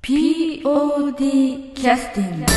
POD キャスティング。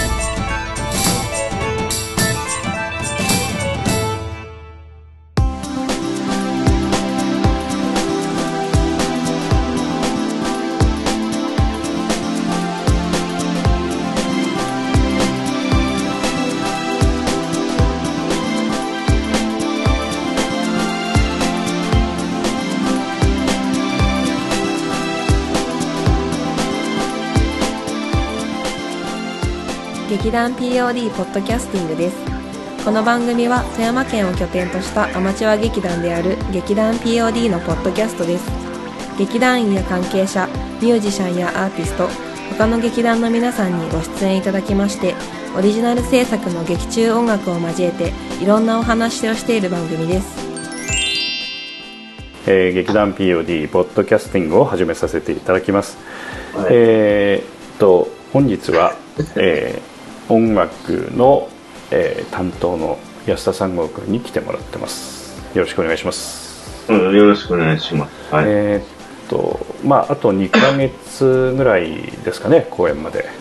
劇団 POD ポッドキャスティングです。この番組は富山県を拠点としたアマチュア劇団である劇団 POD のポッドキャストです。劇団員や関係者、ミュージシャンやアーティスト、他の劇団の皆さんにご出演いただきまして、オリジナル制作の劇中音楽を交えていろんなお話をしている番組です。 劇団 POD ポッドキャスティングを始めさせていただきます。はい、本日は、音楽の、担当の安田三郷君に来てもらってます。よろしくお願いします。 よろしくお願いします。はい、 あと2ヶ月ぐらいですかね、公演まで。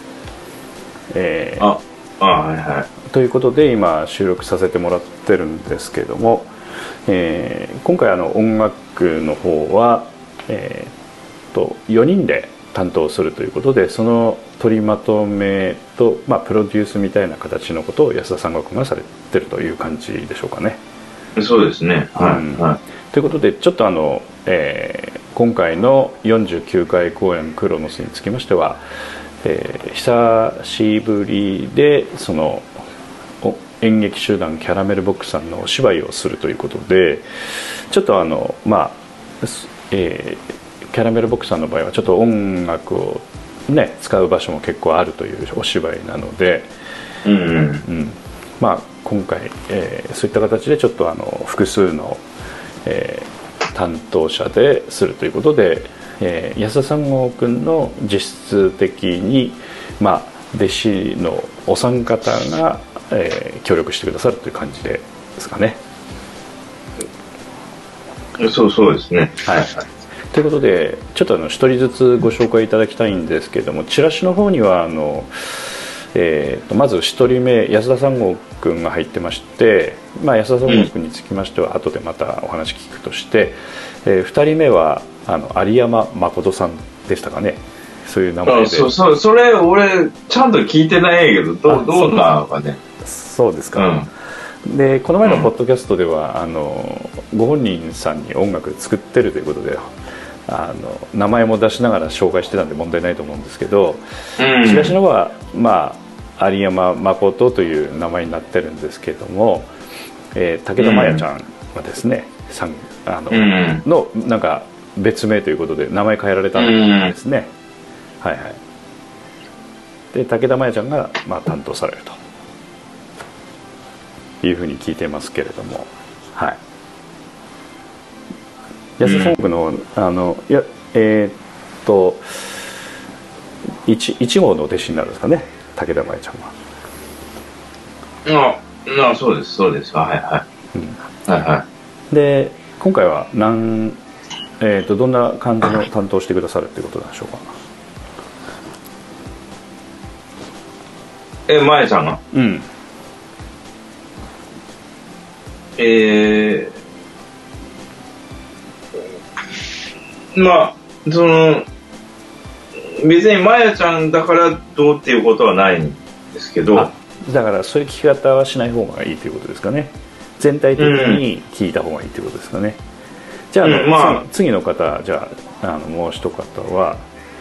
はいはい。 ということで今収録させてもらってるんですけども、今回音楽の方は、4人で担当するということで、その取りまとめと、プロデュースみたいな形のことを安田三郷君がされてるという感じでしょうかね。 そうですね、はい、 ということでちょっと今回の49回公演クロノスにつきましては、久しぶりでその演劇集団キャラメルボックスさんのお芝居をするということで、ちょっとキャラメルボックスさんの場合はちょっと音楽をね使う場所も結構あるというお芝居なので、今回、そういった形でちょっと複数の、担当者でするということで、安田三郷君の実質的に、弟子のお三方が、協力してくださるという感じですかね。 そうですね。 はい。ということでちょっと1人ずつご紹介いただきたいんですけれども、チラシの方にはまず1人目安田三郷君が入ってまして、安田三郷君につきましては後でまたお話聞くとして、2人目は有山誠さんでしたかね。そういう名前で。 それ俺ちゃんと聞いてないけどどうなのかね。 そうですか。でこの前のポッドキャストでは、ご本人さんに音楽作ってるということで名前も出しながら紹介してたんで問題ないと思うんですけど、チラシの方は有山誠という名前になってるんですけれども、武田真弥ちゃんはですね、のなんか別名ということで名前変えられたんですね。はいはい。で武田真弥ちゃんが、担当されるというふうに聞いてますけれども、はい。安田三郷の1号の弟子になるんですかね、武田真弥ちゃんは。そうですはいはい、はいはい。 で今回はどんな感じの担当してくださるっていうことなんでしょうか。 真弥ちゃんが別にまやちゃんだからどうっていうことはないんですけど、 だからそういう聞き方はしない方がいいということですかね。全体的に聞いた方がいいということですかね。じゃあ、次の方、じゃあもう一方は、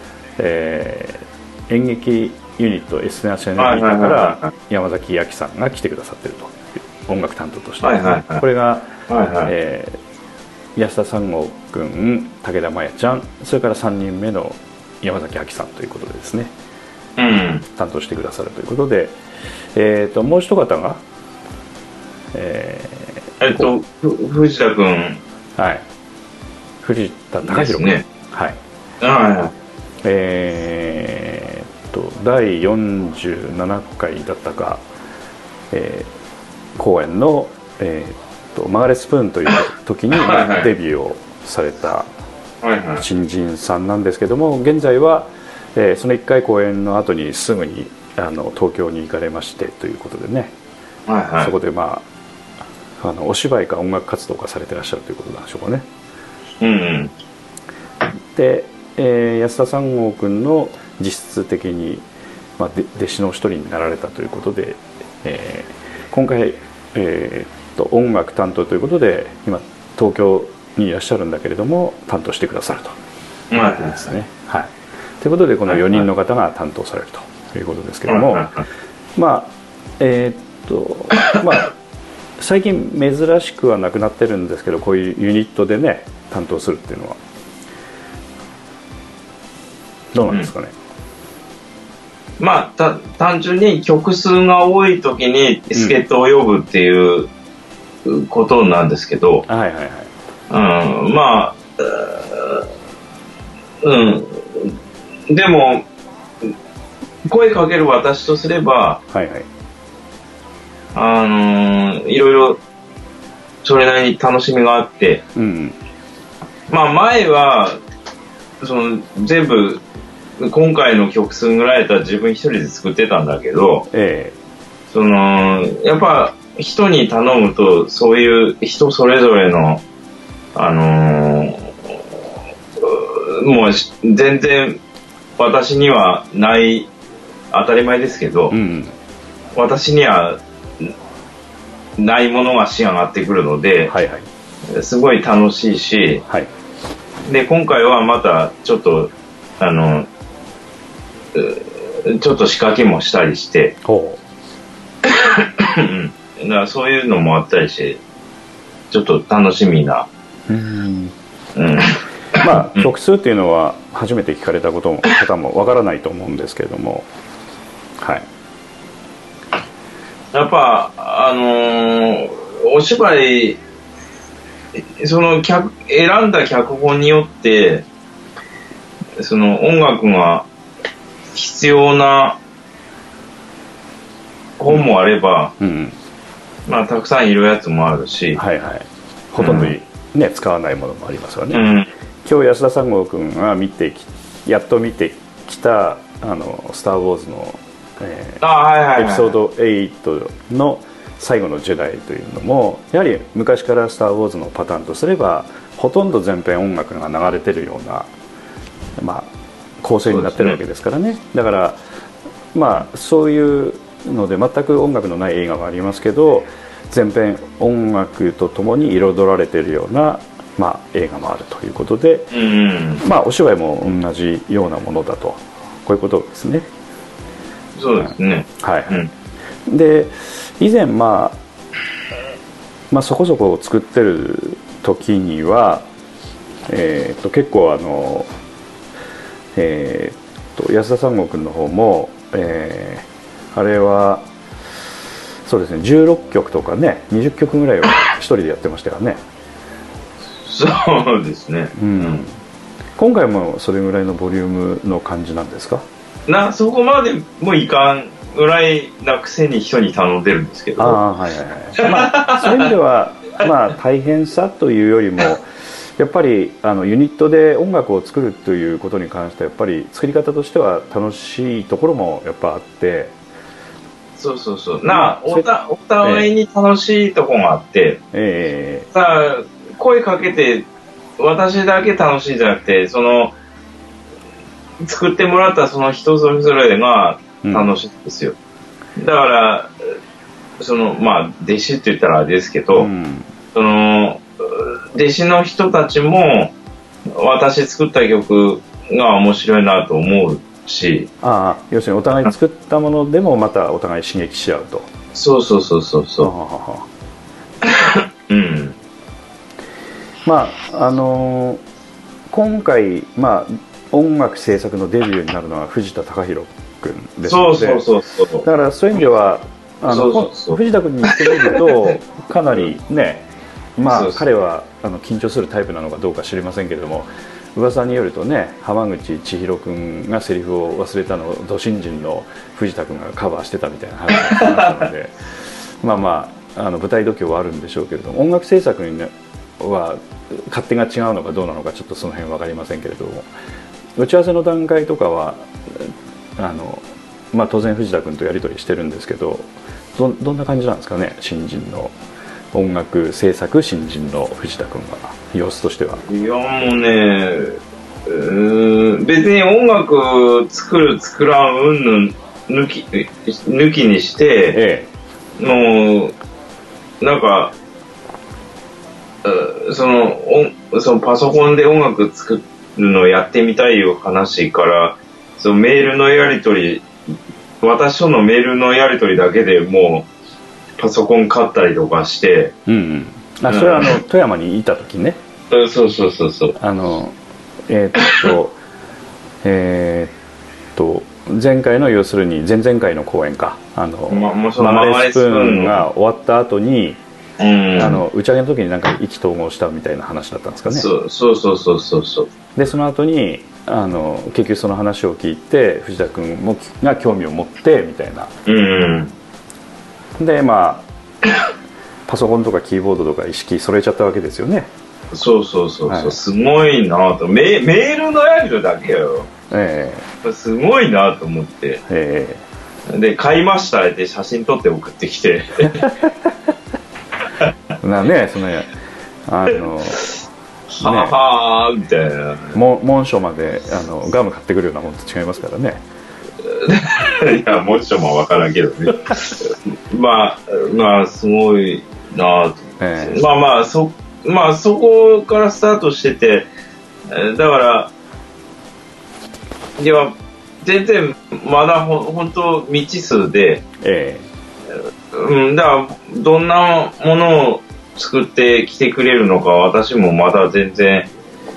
演劇ユニットエスナショナリタから山崎亜紀さんが来てくださっていると、音楽担当として、これが、安田三郷君、武田真弥ちゃん、それから3人目の山崎亜紀さんということでですね、担当してくださるということで、もう一方が、 藤田君、 はい、藤田貴弘君、 ね、 はい、第47回だったか、公演の、マガレスプーンという時にデビューをされた新人さんなんですけども、現在は、 その1回公演の後にすぐに東京に行かれましてということでね、 はいはい、 そこでお芝居か音楽活動かされてらっしゃるということなんでしょうかね。 うんうん、 で、安田三郷君の実質的に、弟子の一人になられたということで、今回、音楽担当ということで今東京にいらっしゃるんだけれども担当してくださるということですね。はい、ということでこの4人の方が担当されるということですけども、最近珍しくはなくなってるんですけど、こういうユニットでね担当するっていうのはどうなんですかね。 単純に曲数が多い時に助っ人を呼ぶっていうことなんですけど、でも声かける私とすれば、いろいろそれなりに楽しみがあって、前は全部今回の曲数ぐらいだったら自分一人で作ってたんだけど、やっぱ人に頼むとそういう人それぞれのもう全然私にはない当たり前ですけど、私にはないものが仕上がってくるので、すごい楽しいし、で今回はまたちょっと仕掛けもしたりしてだからそういうのもあったりしてちょっと楽しみな。 曲数っていうのは初めて聞かれた方もわからないと思うんですけれども、 やっぱお芝居選んだ脚本によって音楽が必要な本もあれば、たくさんいるやつもあるし、 ほとんど使わないものもありますよね。今日安田三郷君がやっと見てきたスター・ウォーズの、エピソード8の最後のジェダイというのもやはり昔からスター・ウォーズのパターンとすればほとんど全編音楽が流れてるような、構成になってるわけですからね。だからそういうので全く音楽のない映画もありますけど全編音楽とともに彩られているような、映画もあるということで、お芝居も同じようなものだとこういうことですね。 そうですね。 で以前そこそこ作ってる時には、結構安田三郷君の方も、あれはそうですね16曲とかね20曲ぐらいは一人でやってましたよね。 そうですね。 今回もそれぐらいのボリュームの感じなんですか。 そこまでもいかんぐらいなくせに人に頼んでるんですけど、 そういう意味では大変さというよりもやっぱりユニットで音楽を作るということに関してはやっぱり作り方としては楽しいところもやっぱあって、 お互いに楽しいところがあって、声かけて私だけ楽しいんじゃなくて作ってもらったその人それぞれが楽しいんですよ。だから弟子って言ったらあれですけど、弟子の人たちも私作った曲が面白いなと思うし、 要するにお互い作ったものでもまたお互い刺激し合うと。今回音楽制作のデビューになるのは藤田貴弘君ですので、だからそういう意味では藤田君にしてみるとかなりね、彼は緊張するタイプなのかどうか知りませんけれども、噂によるとね浜口千尋君がセリフを忘れたのをド新人の藤田君がカバーしてたみたいな話があったので舞台度胸はあるんでしょうけれども、音楽制作には勝手が違うのかどうなのかちょっとその辺分かりませんけれども、打ち合わせの段階とかは当然藤田君とやり取りしてるんですけど、どんな感じなんですかね、新人の音楽制作新人の藤田君は様子としては。 いやもうね、別に音楽作る作らんうんぬん抜きにして、もうなんかそのパソコンで音楽作るのをやってみたいいう話から、そのメールのやり取り、私とのメールのやり取りだけでもうパソコン買ったりとかして、 それは富山にいた時ね。 そう前回の要するに前々回の公演か、マレスプーンが終わった後に、打ち上げの時になんか意気投合したみたいな話だったんですかね。 そうでその後に結局その話を聞いて藤田君が興味を持ってみたいな、でパソコンとかキーボードとか意識揃えちゃったわけですよね。 そう、すごいなと、メールのやり取りだけよ、すごいなと思って、で買いましたって写真撮って送ってきてははーみたいな、 門書までガム買ってくるようなもんと違いますからねいや門書も分からんけどねすごいなと思って、そこからスタートしてて、だからいや全然まだ本当未知数で、だからどんなものを作ってきてくれるのか私もまだ全然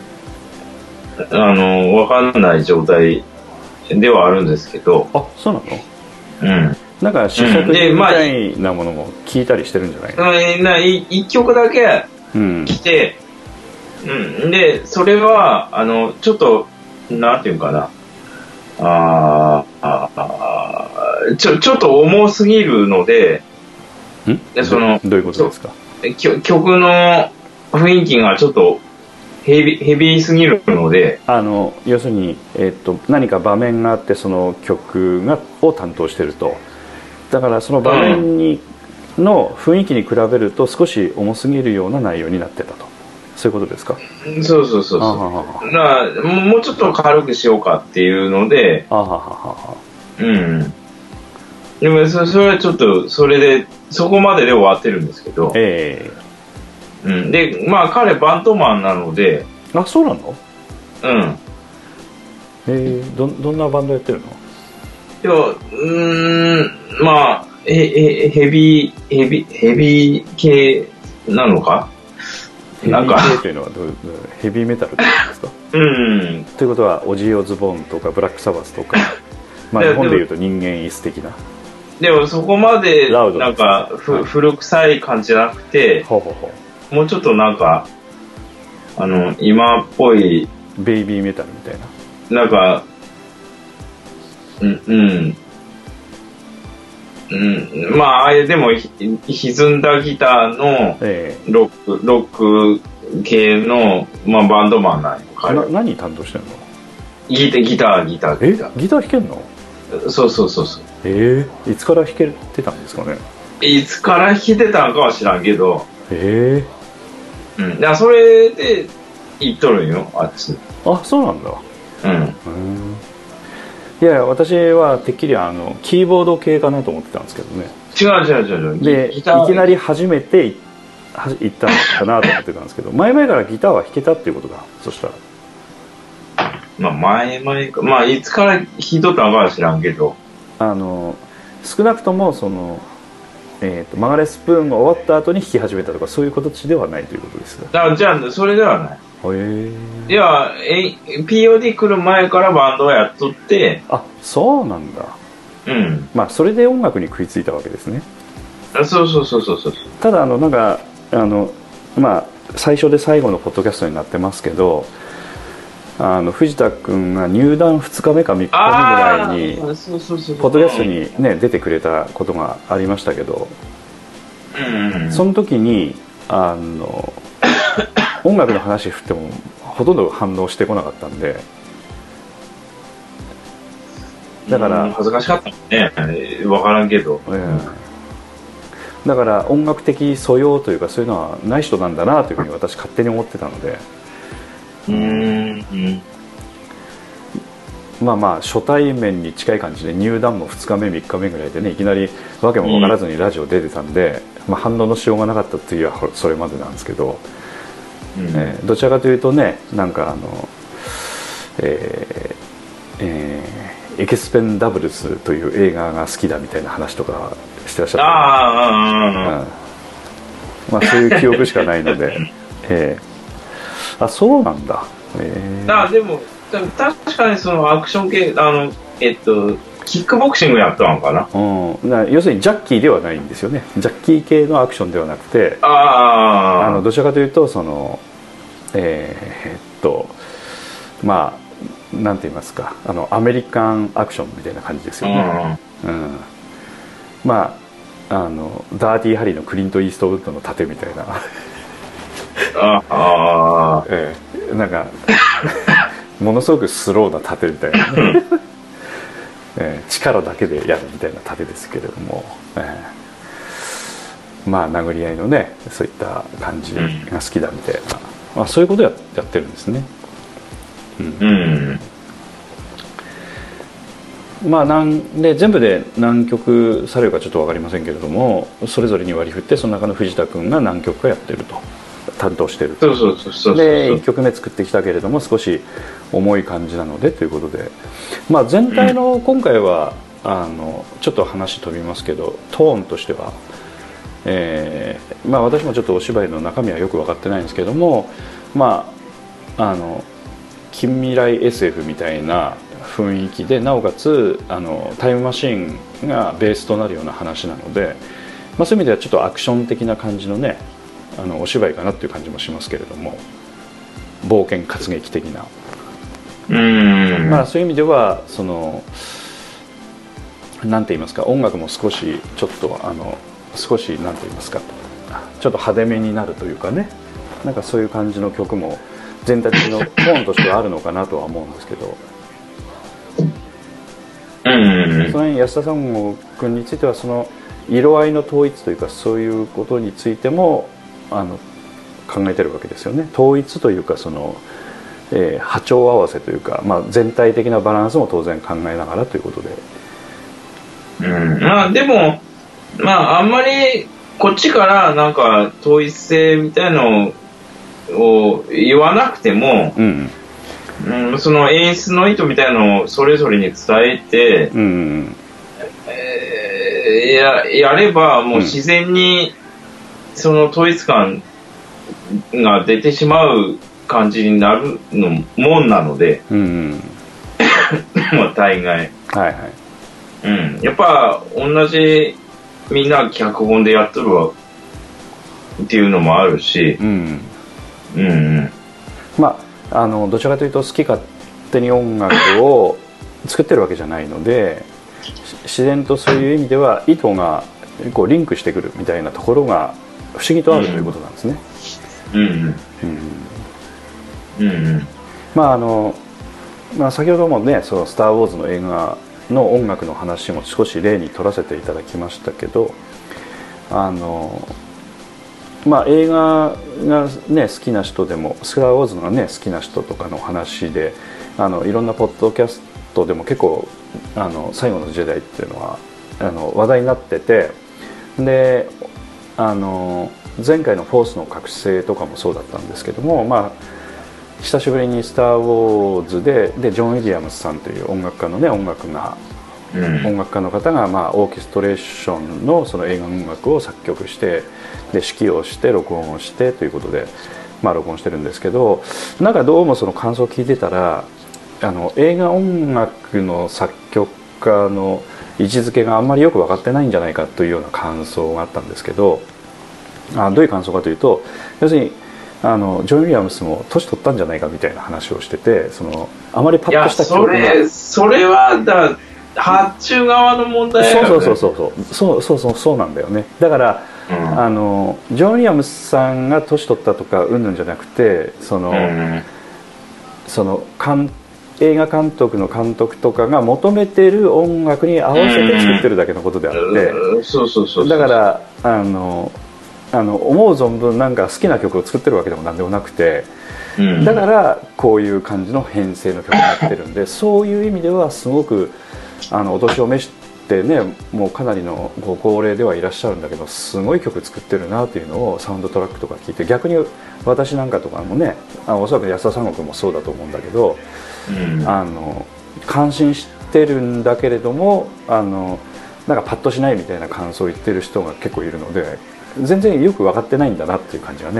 分かんない状態ではあるんですけど。 あ、そうなの？なんか試作品みたいなものも聞いたりしてるんじゃないの？一曲だけ来て、でそれはちょっとなんていうかな、ちょっと重すぎるので、 どういうことですか？ 曲の雰囲気がちょっとヘビーすぎるので、 要するに、何か場面があってその曲を担当してると、だからその場面の雰囲気に比べると少し重すぎるような内容になってたと、そういうことですか？ そうだからもうちょっと軽くしようかっていうので、でもそれはちょっとそれでそこまでで終わってるんですけど、で彼バンドマンなので。 あ、そうなの？どんなバンドやってるの？ いやヘビー系なのか？ なんかヘビー系というのはヘビーメタルってことですか？ということはオジー・オズボーンとかブラックサバスとか日本でいうと人間椅子的な。 でもそこまでなんか古臭い感じじゃなくて、もうちょっとなんか今っぽいベイビーメタルみたいな、 なんかでも歪んだギターのロック系のバンドマンなんよ。 何担当してんの？ ギター。 ギター弾けんの？ そう。 いつから弾けてたんですかね？ いつから弾けてたのかは知らんけど、だからそれで行っとるんよ、あっち。 あ、そうなんだ。いや私はてっきりキーボード系かなと思ってたんですけどね。 違う。 でいきなり初めて行ったのかなと思ってたんですけど、前々からギターは弾けたっていうことか。そしたら前々か、いつから弾いとったのかは知らんけど、 少なくともそのマガレスプーンが終わった後に弾き始めたとかそういう形ではないということですか？ じゃあそれではない。いやPOD 来る前からバンドをやっとって。 あ、そうなんだ。それで音楽に食いついたわけですね。 そう。 ただなんか最初で最後のポッドキャストになってますけど、藤田君が入団2日目か3日目ぐらいにポッドキャストにね出てくれたことがありましたけど、その時に音楽の話振ってもほとんど反応してこなかったんで、 だから恥ずかしかったもんね、分からんけど、 だから音楽的素養というかそういうのはない人なんだなというふうに私勝手に思ってたので、まあまあ初対面に近い感じで入団も2日目3日目ぐらいでね、いきなり訳も分からずにラジオ出てたんで、まあ、反応のしようがなかったっていうのはそれまでなんですけど、どちらかというとね、なんかエクスペンダブルスという映画が好きだみたいな話とかしてらっしゃった、まあ、そういう記憶しかないので、あ、そうなんだ、 でも確かにそのアクション系キックボクシングやったのかな、 要するにジャッキーではないんですよね。ジャッキー系のアクションではなくて、どちらかというとそのまあなんて言いますか、アメリカンアクションみたいな感じですよね。まあダーティーハリーのクリント・イーストウッドの盾みたいななんかものすごくスローな盾みたいな、力だけでやるみたいな盾ですけれども、まあ殴り合いのね、そういった感じが好きだみたいな、まあ、そういうことやってるんですね。まあで全部で何曲されるかちょっと分かりませんけれども、それぞれに割り振ってその中の藤田君が何曲かやってると、担当してると。で1曲目作ってきたけれども少し重い感じなのでということで、まあ、全体の今回はちょっと話飛びますけど、トーンとしては、まあ、私もちょっとお芝居の中身はよく分かってないんですけども、まあ近未来 SF みたいな雰囲気で、なおかつタイムマシーンがベースとなるような話なので、まあ、そういう意味ではちょっとアクション的な感じのね、お芝居かなっていう感じもしますけれども、冒険活劇的な、まあ、そういう意味ではそのなんて言いますか、音楽も少しちょっと少しなんて言いますか、ちょっと派手めになるというかね、なんかそういう感じの曲も全体的なトーンとしてはあるのかなとは思うんですけど、その辺安田さん君についてはその色合いの統一というか、そういうことについても考えてるわけですよね。統一というかその、波長合わせというか、まあ、全体的なバランスも当然考えながらということで、 まあでもまああんまりこっちからなんか統一性みたいのを言わなくても、その演出の意図みたいのをそれぞれに伝えて、やればもう自然にその統一感が出てしまう感じになるのもんなので、まあ大概、やっぱ同じみんな脚本でやっとるわっていうのもあるし、まあどちらかというと好き勝手に音楽を作ってるわけじゃないので、自然とそういう意味では意図がこうリンクしてくるみたいなところが不思議とあるということなんですね。まあ先ほどもね、そのスター・ウォーズの映画の音楽の話も少し例に取らせていただきましたけど、まあ、映画が、ね、好きな人でもスター・ウォーズが、ね、好きな人とかの話でいろんなポッドキャストでも結構最後のジェダイっていうのは話題になってて、で前回のフォースの覚醒とかもそうだったんですけども、まあ、久しぶりにスター・ウォーズでジョン・ウィリアムスさんという音楽家のね、音楽家の方が、まあ、オーケストレーションのその映画の音楽を作曲してで指揮をして録音をしてということで、まあ、録音してるんですけど、なんかどうもその感想を聞いてたら映画音楽の作曲家の位置づけがあんまりよく分かってないんじゃないかというような感想があったんですけど、どういう感想かというと、要するにジョン・ウィリアムスも年取ったんじゃないかみたいな話をしてて、あまりパッとした記憶がそれは発注側の問題だよね。 そうなんだよね。だから、ジョン・ウィリアムスさんが年取ったとかうんぬんじゃなくて、その監映画監督の監督とかが求めてる音楽に合わせて作ってるだけのことであって、だから思う存分なんか好きな曲を作ってるわけでも何でもなくて、だからこういう感じの編成の曲になってるんで、そういう意味ではすごくお年を召してね、もうかなりのご高齢ではいらっしゃるんだけど、すごい曲作ってるなっていうのをサウンドトラックとか聞いて、逆に私なんかとかもね、おそらく安田三国もそうだと思うんだけど、感心してるんだけれどもなんかパッとしないみたいな感想を言ってる人が結構いるので、全然よく分かってないんだなっていう感じがね、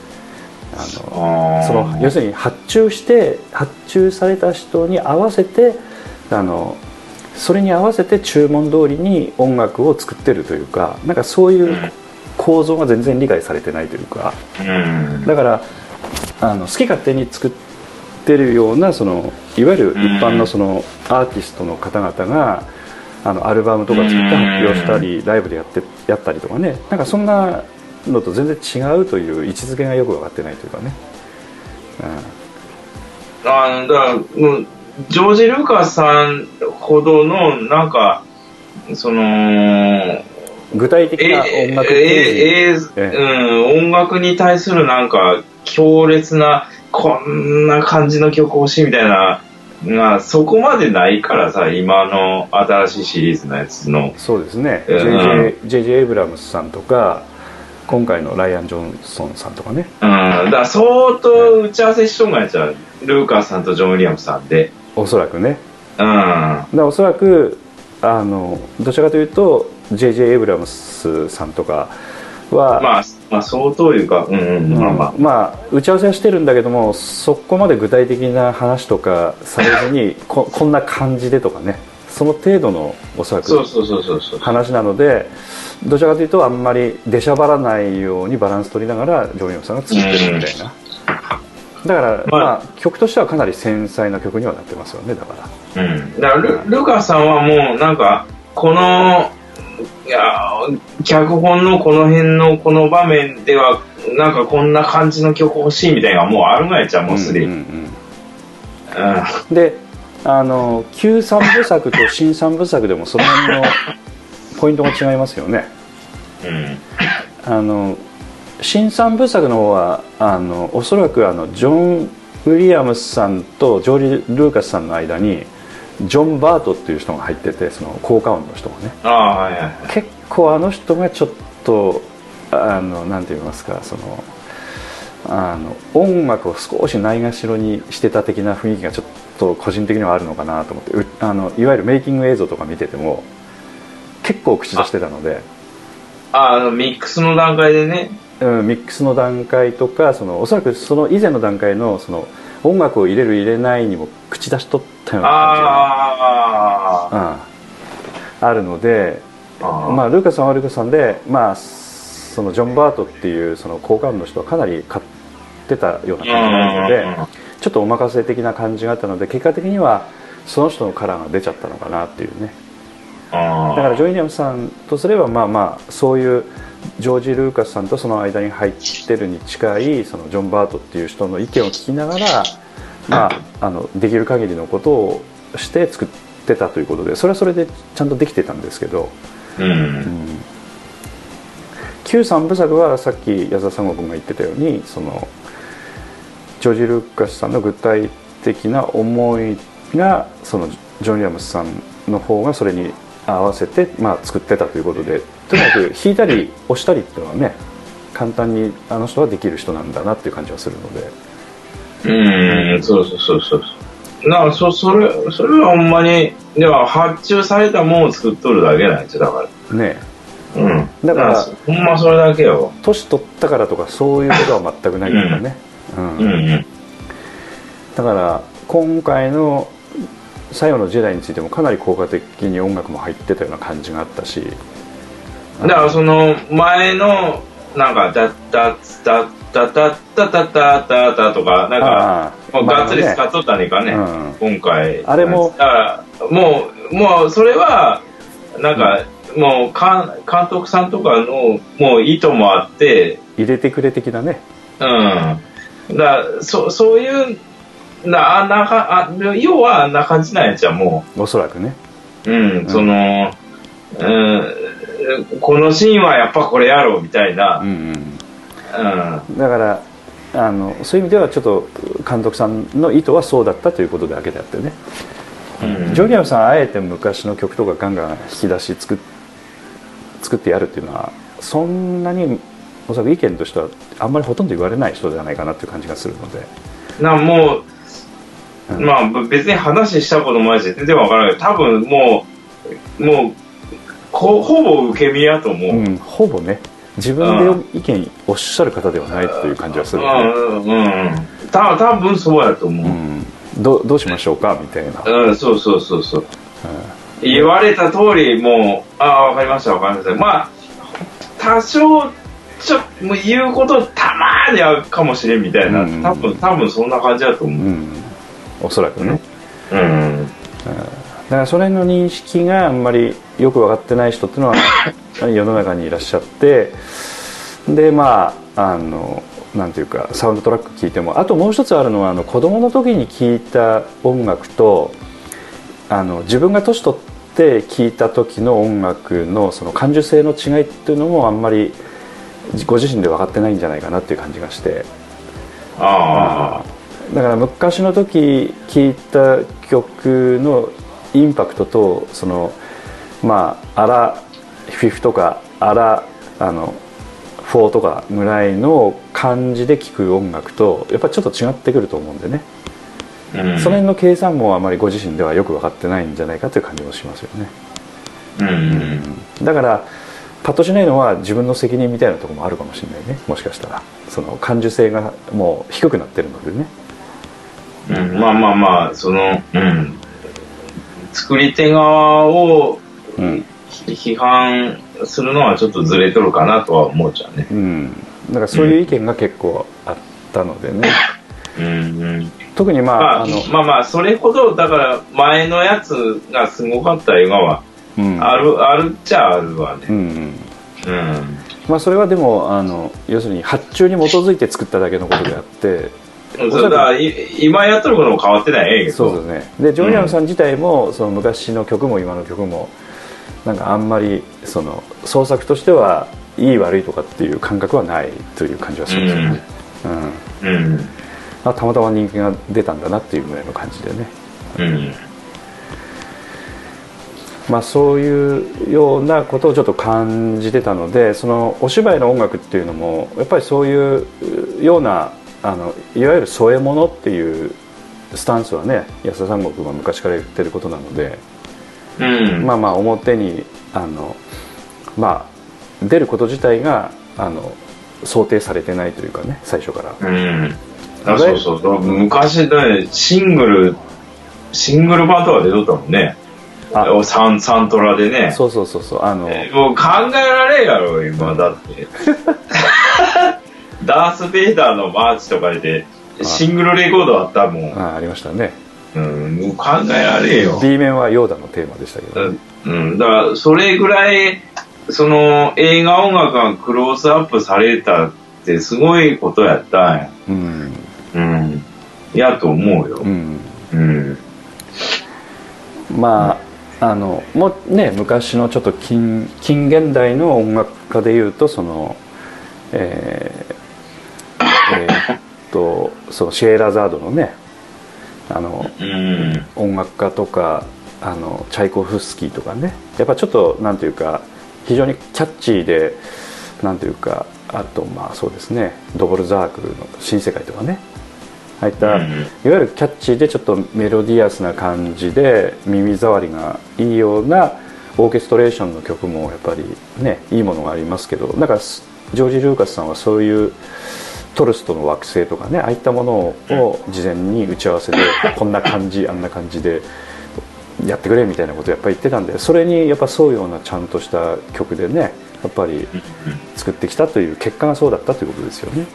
その要するに発注された人に合わせてそれに合わせて注文通りに音楽を作ってるというか、なんかそういう構造が全然理解されてないというか、だから好き勝手に作ってるような、そのいわゆる一般のそのアーティストの方々がアルバムとか作って発表したりライブでやったりとかね、なんかそんなのと全然違うという位置づけがよく分かってないというかね、 だからもうジョージ・ルーカスさんほどのなんかその具体的な音楽音楽に対するなんか強烈なこんな感じの曲欲しいみたいながそこまでないからさ、今の新しいシリーズのやつの。 そうですね、J.J. エイブラムスさんとか今回のライアン・ジョンソンさんとかね、 だから相当打ち合わせしとんがやっちゃう、ルーカスさんとジョン・ウィリアムスさんで、 おそらくね、だからおそらくどちらかというと J.J. エイブラムスさんとかはまあ相当いうか、 まあ打ち合わせはしてるんだけども、そこまで具体的な話とかされずにこんな感じでとかね、その程度のおそらく話なので、どちらかというとあんまり出しゃばらないようにバランス取りながらジョン・ウィリアムスさんが作ってるみたいな、だからまあ曲としてはかなり繊細な曲にはなってますよね。だからだからルカさんはもうなんかこの脚本のこの辺のこの場面ではなんかこんな感じの曲欲しいみたいなのがもうあるんやっちゃう、もうすでに。 で旧三部作と新三部作でもその辺のポイントが違いますよね。新三部作の方はおそらくジョン・ウィリアムスさんとジョージ・ルーカスさんの間にジョン・バートっていう人が入ってて、その効果音の人がね、結構人がちょっとなんて言いますか、その音楽を少しないがしろにしてた的な雰囲気がちょっと個人的にはあるのかなと思って、いわゆるメイキング映像とか見てても結構口出してたので、 ミックスの段階でね、 ミックスの段階とか、おそらくその以前の段階のその音楽を入れる入れないにも口出しとったような感じがあるので、まあルーカスさんはルーカスさんで、まあそのジョン・バートっていうその効果音の人はかなり買ってたような感じがあるので、ちょっとお任せ的な感じがあったので、結果的にはその人のカラーが出ちゃったのかなっていうね。だからジョン・ウィリアムスさんとすればまあまあそういうジョージ・ルーカスさんとその間に入ってるに近いそのジョン・バートっていう人の意見を聞きながら、まあ、できる限りのことをして作ってたということで、それはそれでちゃんとできてたんですけど、旧三部作はさっき矢沢さんが言ってたように、そのジョージ・ルーカスさんの具体的な思いがそのジョン・ウィリアムスさんの方がそれに合わせて、まあ、作ってたということで、とにかく弾いたり押したりっていうのはね、簡単に人はできる人なんだなっていう感じはするので。 そうなんかそれはほんまにでは発注されたものを作っとるだけなんですよ、だからね。 だからほんまそれだけよ。 年取ったからとかそういうことは全くないからね。だから今回の最後のジェダイについてもかなり効果的に音楽も入ってたような感じがあったし、 だからその前のなんかダッダッダッダッダッダッダッダッダッダとかなんかがっつり使っとったねんかね、今回あれもだからもうそれはなんかもう監督さんとかのもう意図もあって入れてくれ的なね、 だからそういう要はあんな感じなんやじゃもうおそらくね、 その、このシーンはやっぱこれやろうみたいな、 だからそういう意味ではちょっと監督さんの意図はそうだったということだけであってね、ジョニアムさんあえて昔の曲とかガンガン引き出し作ってやるっていうのはそんなにおそらく意見としてはあんまりほとんど言われない人じゃないかなっていう感じがするので、 もう、まあ別に話したこともないし全然わからないけど、多分もうほぼ受け身やと思う、 ほぼね自分で意見おっしゃる方ではないという感じはするので、 多分そうやと思う、 どうしましょうかみたいな、 そう、言われた通りもう分かりましたまあ多少もう言うことたまにあるかもしれんみたいな、多分そんな感じだと思う、 おそらくね、だからそれの認識があんまりよく分かってない人っていうのは世の中にいらっしゃって、でまあなんていうかサウンドトラック聴いても、あともう一つあるのは子供の時に聴いた音楽と自分が年取って聴いた時の音楽のその感受性の違いっていうのもあんまりご自身で分かってないんじゃないかなっていう感じがして、だから昔の時聴いた曲のインパクトとそのまあアラフィフとかアラ4とかぐらいの感じで聴く音楽とやっぱりちょっと違ってくると思うんでね、その辺の計算もあまりご自身ではよく分かってないんじゃないかという感じもしますよね、だからパッとしないのは自分の責任みたいなところもあるかもしれないね、もしかしたらその感受性がもう低くなってるのでね、 まあその、作り手側を批判するのはちょっとずれとるかなとは思うじゃんね、 だからそういう意見が結構あったのでね、特にまあそれほどだから前のやつがすごかった映画はあるっちゃあるわね、 まあそれはでも要するに発注に基づいて作っただけのことであって、 そうだ今やっとることも変わってないけど、 そうですね。でジョニアムさん自体もその昔の曲も今の曲もなんかあんまりその創作としてはいい悪いとかっていう感覚はないという感じはするんですよね、たまたま人気が出たんだなっていうぐらいの感じでね、まあそういうようなことをちょっと感じてたので、そのお芝居の音楽っていうのもやっぱりそういうようないわゆる添え物っていうスタンスはね安田三国が昔から言ってることなので、まあ表にまあ出ること自体が想定されてないというかね、最初から、 そう昔ねシングル版とか出とったもんね、サントラでね、 そうもう考えられんやろ今だってダース・ベイダーのマーチとかでシングルレコードあったもん。 ありましたね。 もう考えられよ。 B 面はヨーダのテーマでしたけど、ね、 だからそれぐらいその映画音楽がクローズアップされたってすごいことやったんや。やと思うよ。まあもうね昔のちょっと近現代の音楽家でいうとそのそのシェーラザードのね音楽家とかチャイコフスキーとかね、やっぱちょっとなんていうか非常にキャッチーでなんていうか、あとまあそうですねドボルザークの新世界とかね、ああいったいわゆるキャッチーでちょっとメロディアスな感じで耳障りがいいようなオーケストレーションの曲もやっぱりねいいものがありますけど、だからジョージ・ルーカスさんはそういうトルストの惑星とかね、ああいったものを事前に打ち合わせでこんな感じあんな感じでやってくれみたいなことをやっぱり言ってたんで、それにやっぱ沿うようなちゃんとした曲でねやっぱり作ってきたという結果がそうだったということですよね。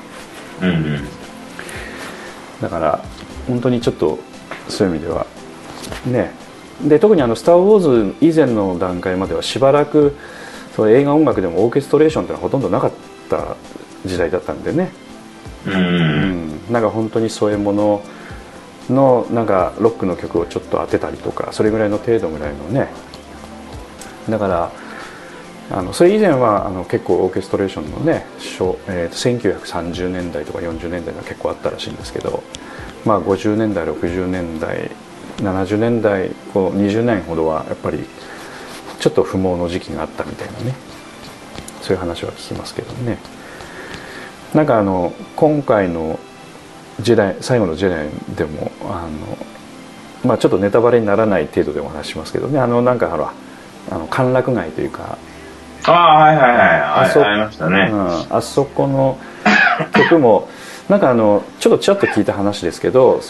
だから本当にちょっとそういう意味ではね、で特にスター・ウォーズ以前の段階まではしばらくその映画音楽でもオーケストレーションってのはほとんどなかった時代だったんでね、なんか本当に添え物のなんかロックの曲をちょっと当てたりとか、それぐらいの程度ぐらいのね。だからそれ以前は結構オーケストレーションのね、1930年代とか40年代が結構あったらしいんですけど、まあ、50年代60年代70年代こう20年ほどはやっぱりちょっと不毛の時期があったみたいなね、そういう話は聞きますけどね。なんか今回のジェダイ、最後のジェダイでもまあ、ちょっとネタバレにならない程度でお話ししますけどね、なんかほら歓楽街というか、 はいはいはい、ありましたね、 あそこの曲もなんかちょっとちらっと聞いた話ですけど、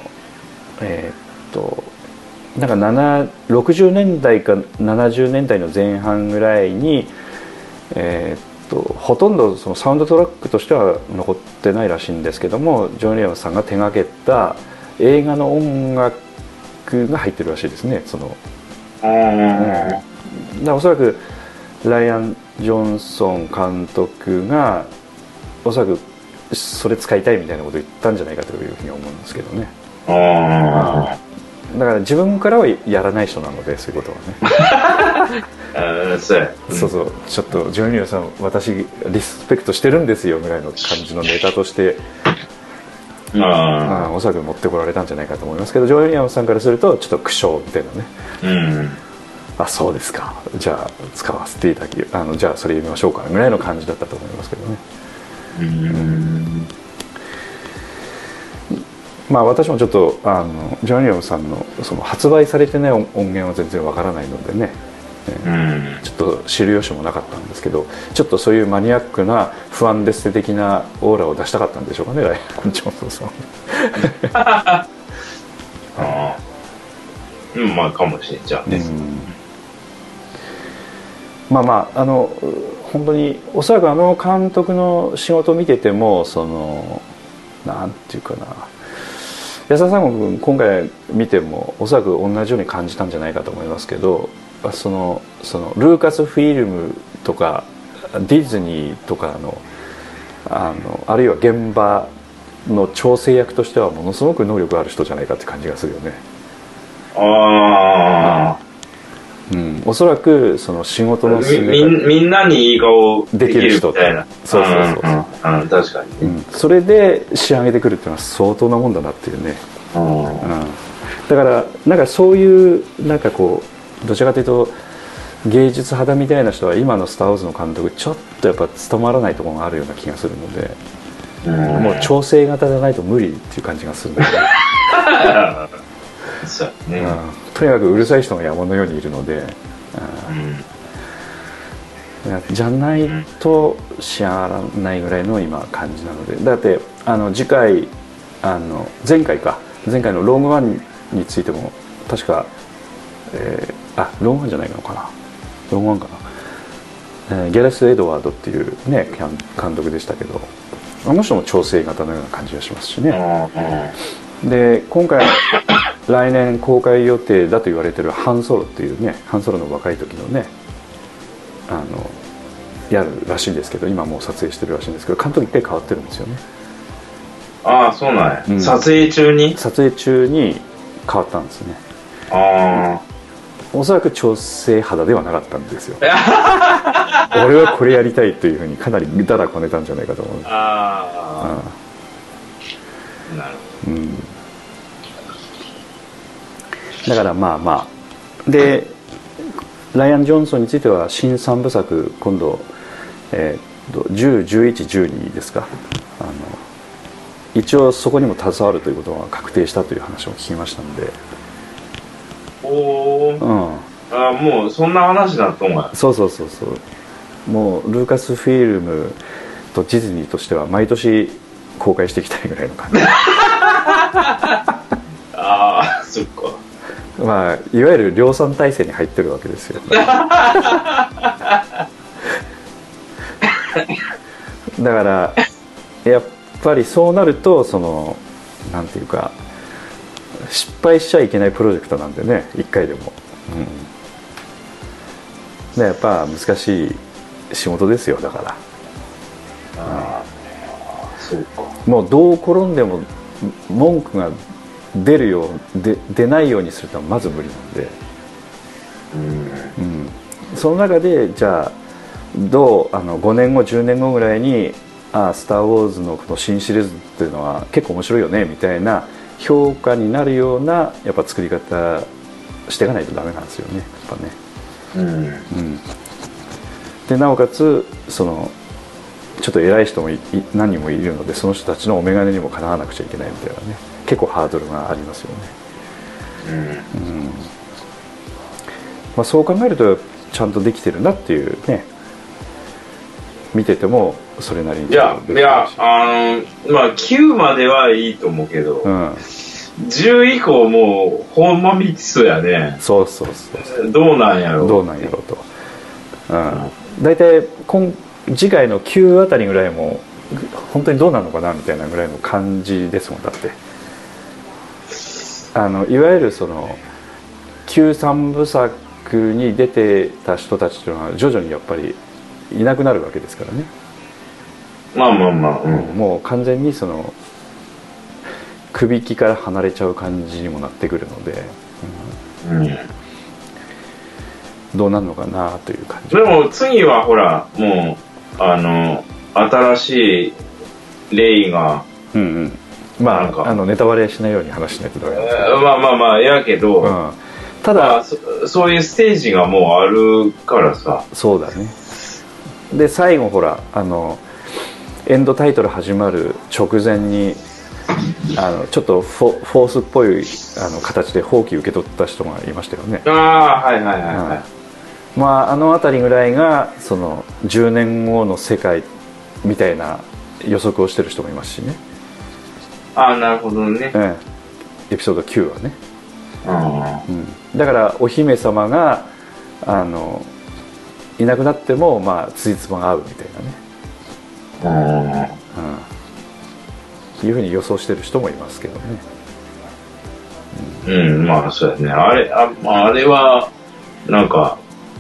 なんか60年代か70年代の前半ぐらいに、ほとんどそのサウンドトラックとしては残ってないらしいんですけども、ジョン・ウィリアムスさんが手がけた映画の音楽が入ってるらしいですね。おそらくライアン・ジョンソン監督がおそらくそれ使いたいみたいなことを言ったんじゃないかというふうに思うんですけどね。だから自分からはやらない人なので、そういうことはねそうそう、ちょっとジョン・ウィリアムさん私リスペクトしてるんですよぐらいの感じのネタとしておそらく持ってこられたんじゃないかと思いますけど、ジョン・ウィリアムさんからするとちょっと苦笑みたいなね、あ、そうですか、じゃあ使わせていただき、じゃあそれ読みましょうかぐらいの感じだったと思いますけどね。まあ私もちょっとジョン・ウィリアムさんのその発売されてない音源は全然わからないのでね、ちょっと知る由もなかったんですけど、ちょっとそういうマニアックな不安です的なオーラを出したかったんでしょうかね、ライアン・ジョンソンさんまあかもしれんじゃあね。 まあまあ本当におそらく監督の仕事を見てても、なんていうかな、安田三悟君今回見てもおそらく同じように感じたんじゃないかと思いますけど、そのルーカスフィルムとかディズニーとかあるいは現場の調整役としてはものすごく能力ある人じゃないかって感じがするよね。おそらくその仕事の進め方みんなにいい顔できる人みたいな。 そう確かに、 それで仕上げてくるっていうのは相当なもんだなっていうね。だからなんかそういうなんかこうどちらかというと芸術肌みたいな人は今の「スター・ウォーズ」の監督ちょっとやっぱ務まらないところがあるような気がするので、もう調整型じゃないと無理っていう感じがするんだけどそうね、 とにかくうるさい人が山のようにいるので、じゃないと仕上がらないぐらいの今感じなので、だって次回前回のローグワンについても確か、ローグワンじゃないのかな、ローグワンかな、ギャレス・エドワードっていうね監督でしたけど、あの人も調整型のような感じがしますしね。で今回来年公開予定だと言われてるハンソロっていうね、ハンソロの若い時のねやるらしいんですけど、今もう撮影してるらしいんですけど、監督一回変わってるんですよね。 ああそうなんや、撮影中に変わったんですね。おそらく調整肌ではなかったんですよ俺はこれやりたいというふうにかなりだだこねたんじゃないかと思う。なるほど、だからまあまあでライアン・ジョンソンについては新3部作今度、10、11、12ですか、一応そこにも携わるということが確定したという話を聞きましたので。 もうそんな話だと思う。 そうもうルーカスフィルムとディズニーとしては毎年公開していきたいぐらいの感じそっか。 まあいわゆる量産体制に入ってるわけですよだからやっぱりそうなるとなんていうか失敗しちゃいけないプロジェクトなんでね、一回でも、でやっぱ難しい仕事ですよ。だからそうか、 もうどう転んでも文句が出ないようにするのはまず無理なんで、その中でじゃあ5年後10年後ぐらいにスター・ウォーズのこの新シリーズっていうのは結構面白いよねみたいな評価になるようなやっぱ作り方していかないとダメなんですよね、やっぱね。でなおかつちょっと偉い人も何人もいるので、その人たちのお眼鏡にもかなわなくちゃいけないみたいなね、結構ハードルがありますよね。そう考えるとちゃんとできてるなっていうね、見ててもそれなりに。 9まではいいと思うけど、10以降もうほんま未知数やね。 そうどうなんやろと、だいたい次回の9あたりぐらいも本当にどうなのかなみたいなぐらいの感じですもん。だっていわゆる旧3部作に出てた人たちというのは徐々にやっぱりいなくなるわけですからね。もう完全に首引きから離れちゃう感じにもなってくるので、どうなるのかなという感じ。 でも次はほらもう新しいレイが、 ネタバレしないように話しないとダメなんですけど、 やけど、ただ、そういうステージがもうあるからさ。 そうだね。で最後ほらエンドタイトル始まる直前にちょっとフォースっぽい形で放棄受け取った人がいましたよね。あの辺りぐらいが10年後の世界みたいな予測をしてる人もいますしね。 なるほどね。 エピソード9はね。だからお姫様がいなくなってもつじつまが合うみたいなね、いうふうに予想してる人もいますけどね。 そうやね。あれはなんか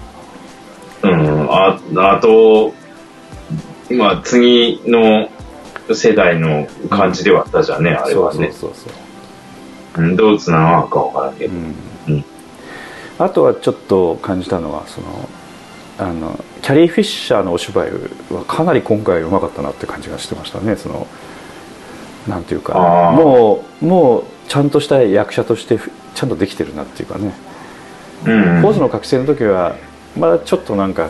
あと今次の世代の感じではあったじゃんね、あれはね。どうつながるか分からんけど、 あとはちょっと感じたのはキャリー・フィッシャーのお芝居はかなり今回うまかったなって感じがしてましたね。なんていうかもうちゃんとした役者としてちゃんとできてるなっていうかね。ポーズの覚醒の時はまだちょっとなんか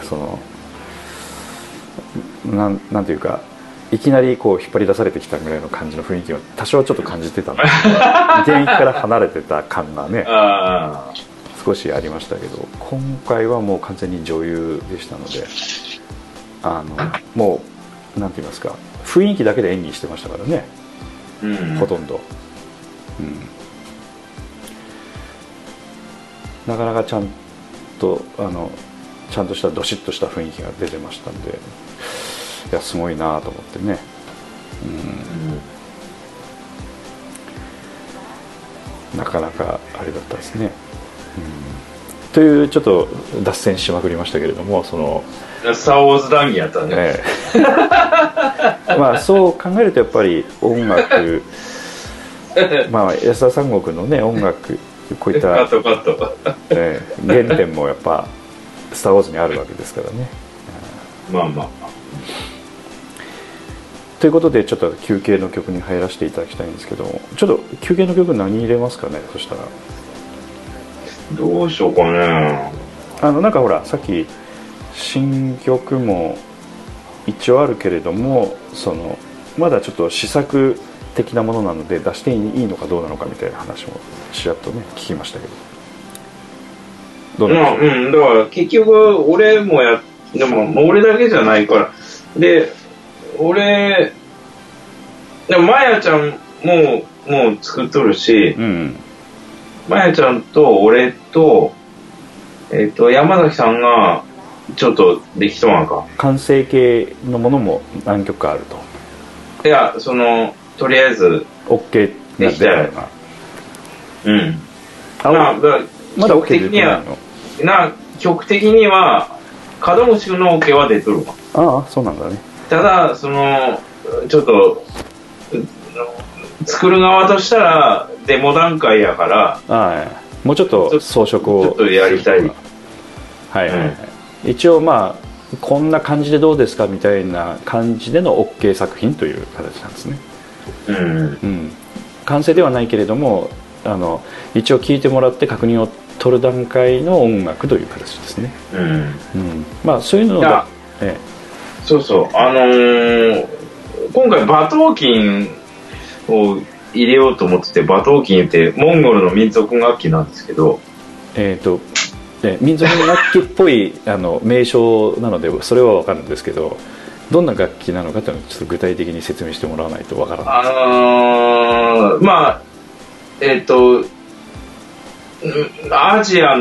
なんていうかいきなりこう引っ張り出されてきたぐらいの感じの雰囲気は多少ちょっと感じてたんですけど現役から離れてた感がね少しありましたけど、今回はもう完全に女優でしたのでもうなんて言いますか、雰囲気だけで演技してましたからね、ほとんど、なかなかちゃんとしたどしっとした雰囲気が出てましたんで、いやすごいなと思ってね。なかなかあれだったですね。というちょっと脱線しまくりましたけれども、 スター・ウォーズ談義やったね。 そう考えるとやっぱり音楽安田三国のね音楽、こういった原点もやっぱスター・ウォーズにあるわけですからね。ということでちょっと休憩の曲に入らせていただきたいんですけど、ちょっと休憩の曲何入れますかね。そしたらどうしようかね。 なんかほらさっき新曲も一応あるけれどもまだちょっと試作的なものなので出していいのかどうなのかみたいな話もちらっとね聞きましたけど、どうなんでしょう。 だから結局俺もでも俺だけじゃないからで、でもまやちゃんもう作っとるし、まやちゃんと俺と山崎さんがちょっとできそうなんか完成形のものも何曲かあると。 いやとりあえず OK できたよな。 まだ OK 出てないの。 曲的には門口君の OK は出とるわ。 そうなんだね。 ただちょっと作る側としたらデモ段階やから、 はい、もうちょっと装飾をちょっとやりたい。 はいはいはい、一応まあこんな感じでどうですかみたいな感じでの OK 作品という形なんですね。完成ではないけれども一応聴いてもらって確認を取る段階の音楽という形ですね。まあそういうのが、 そうそう今回馬頭琴を入れようと思ってて、馬頭琴ってモンゴルの民族楽器なんですけど、 民族楽器っぽい名称なのでそれは分かるんですけど、どんな楽器なのかというのをちょっと具体的に説明してもらわないと分からないです。 まあアジア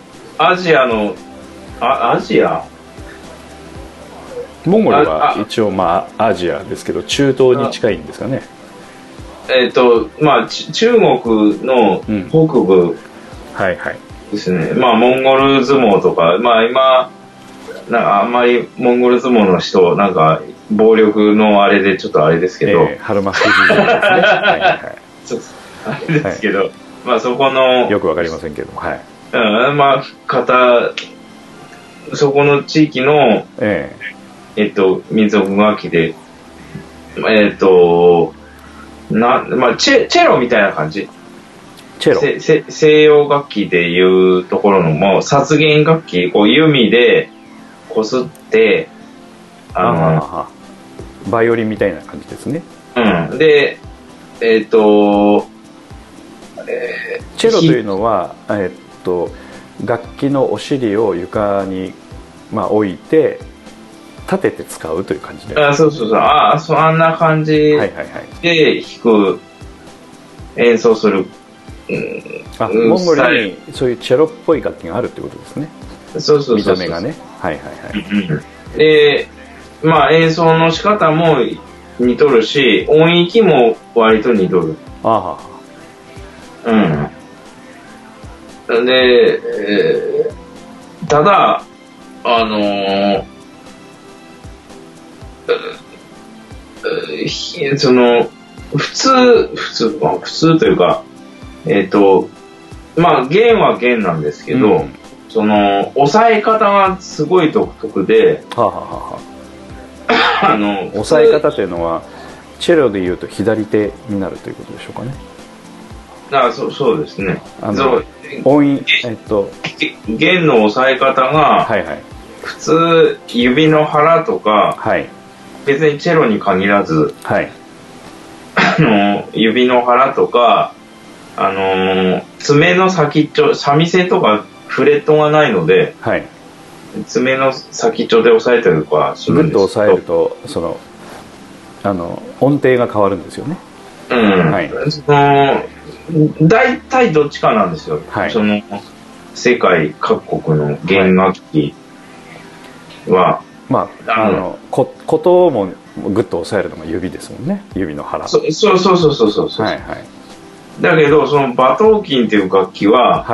モンゴルは一応まあアジアですけど中東に近いんですかね。 まあ中国の北部ですね。まあモンゴル相撲とか、まあ今なんかあんまりモンゴル相撲の人なんか暴力のあれでちょっとあれですけど、 ハルマフジですね。 あれですけど、まあそこのよくわかりませんけど、まあそこの地域の民族楽器でまあチェロみたいな感じ。 チェロ西洋楽器でいうところのもう殺弦楽器、こう弓でこすってバイオリンみたいな感じですね。 でチェロというのは楽器のお尻を床に置いて立てて使うという感じで。 そうあんな感じで弾く演奏する。 モンゴルにそういうチェロっぽい楽器があるってことですね。見た目がね。 でまあ演奏の仕方も似とるし、音域も割と似とる。で、ただその普通というかまあ弦は弦なんですけど、その押さえ方がすごい独特で、 押さえ方というのはチェロでいうと左手になるということでしょうかね。 そうですね。 音韻弦の押さえ方が普通指の腹とか、別にチェロに限らず、指の腹とか爪の先っちょ、三味線とかフレットがないので、爪の先っちょで押さえたりとかするんですけど、グッと押さえるとその音程が変わるんですよね。 大体どっちかなんですよ。その世界各国の弦楽器は、 琴もグッと押さえるのが指ですもんね。指の腹。 そう。だけどその馬頭琴っていう楽器は、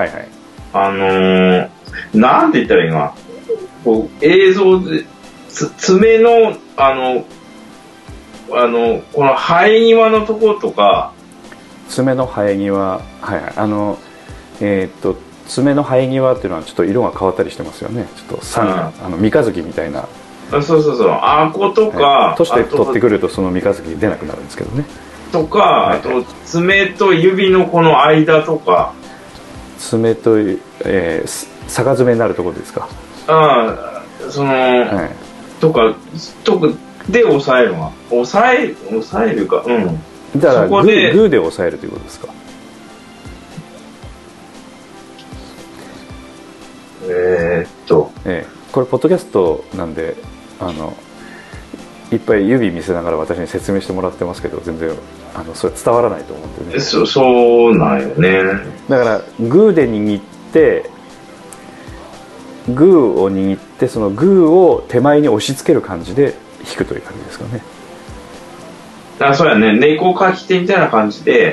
なんて言ったらいいかな、こう映像で爪のこの生え際のところとか、 爪の生え際、爪の生え際っていうのはちょっと色が変わったりしてますよね。ちょっと三三日月みたいな。 あことか、 年で取ってくるとその三日月出なくなるんですけどね。 とか、あと爪と指のこの間とか、 爪と逆爪になるところですか。 とかで押さえるの、押さえるか、 だからグーで押さえるということですか。これポッドキャストなんでいっぱい指見せながら私に説明してもらってますけど、全然それ伝わらないと思うんでね。 そうなんよね。 だからグーで握ってグーを握ってそのグーを手前に押し付ける感じで弾くという感じですかね。 そうやね、猫かき手みたいな感じで、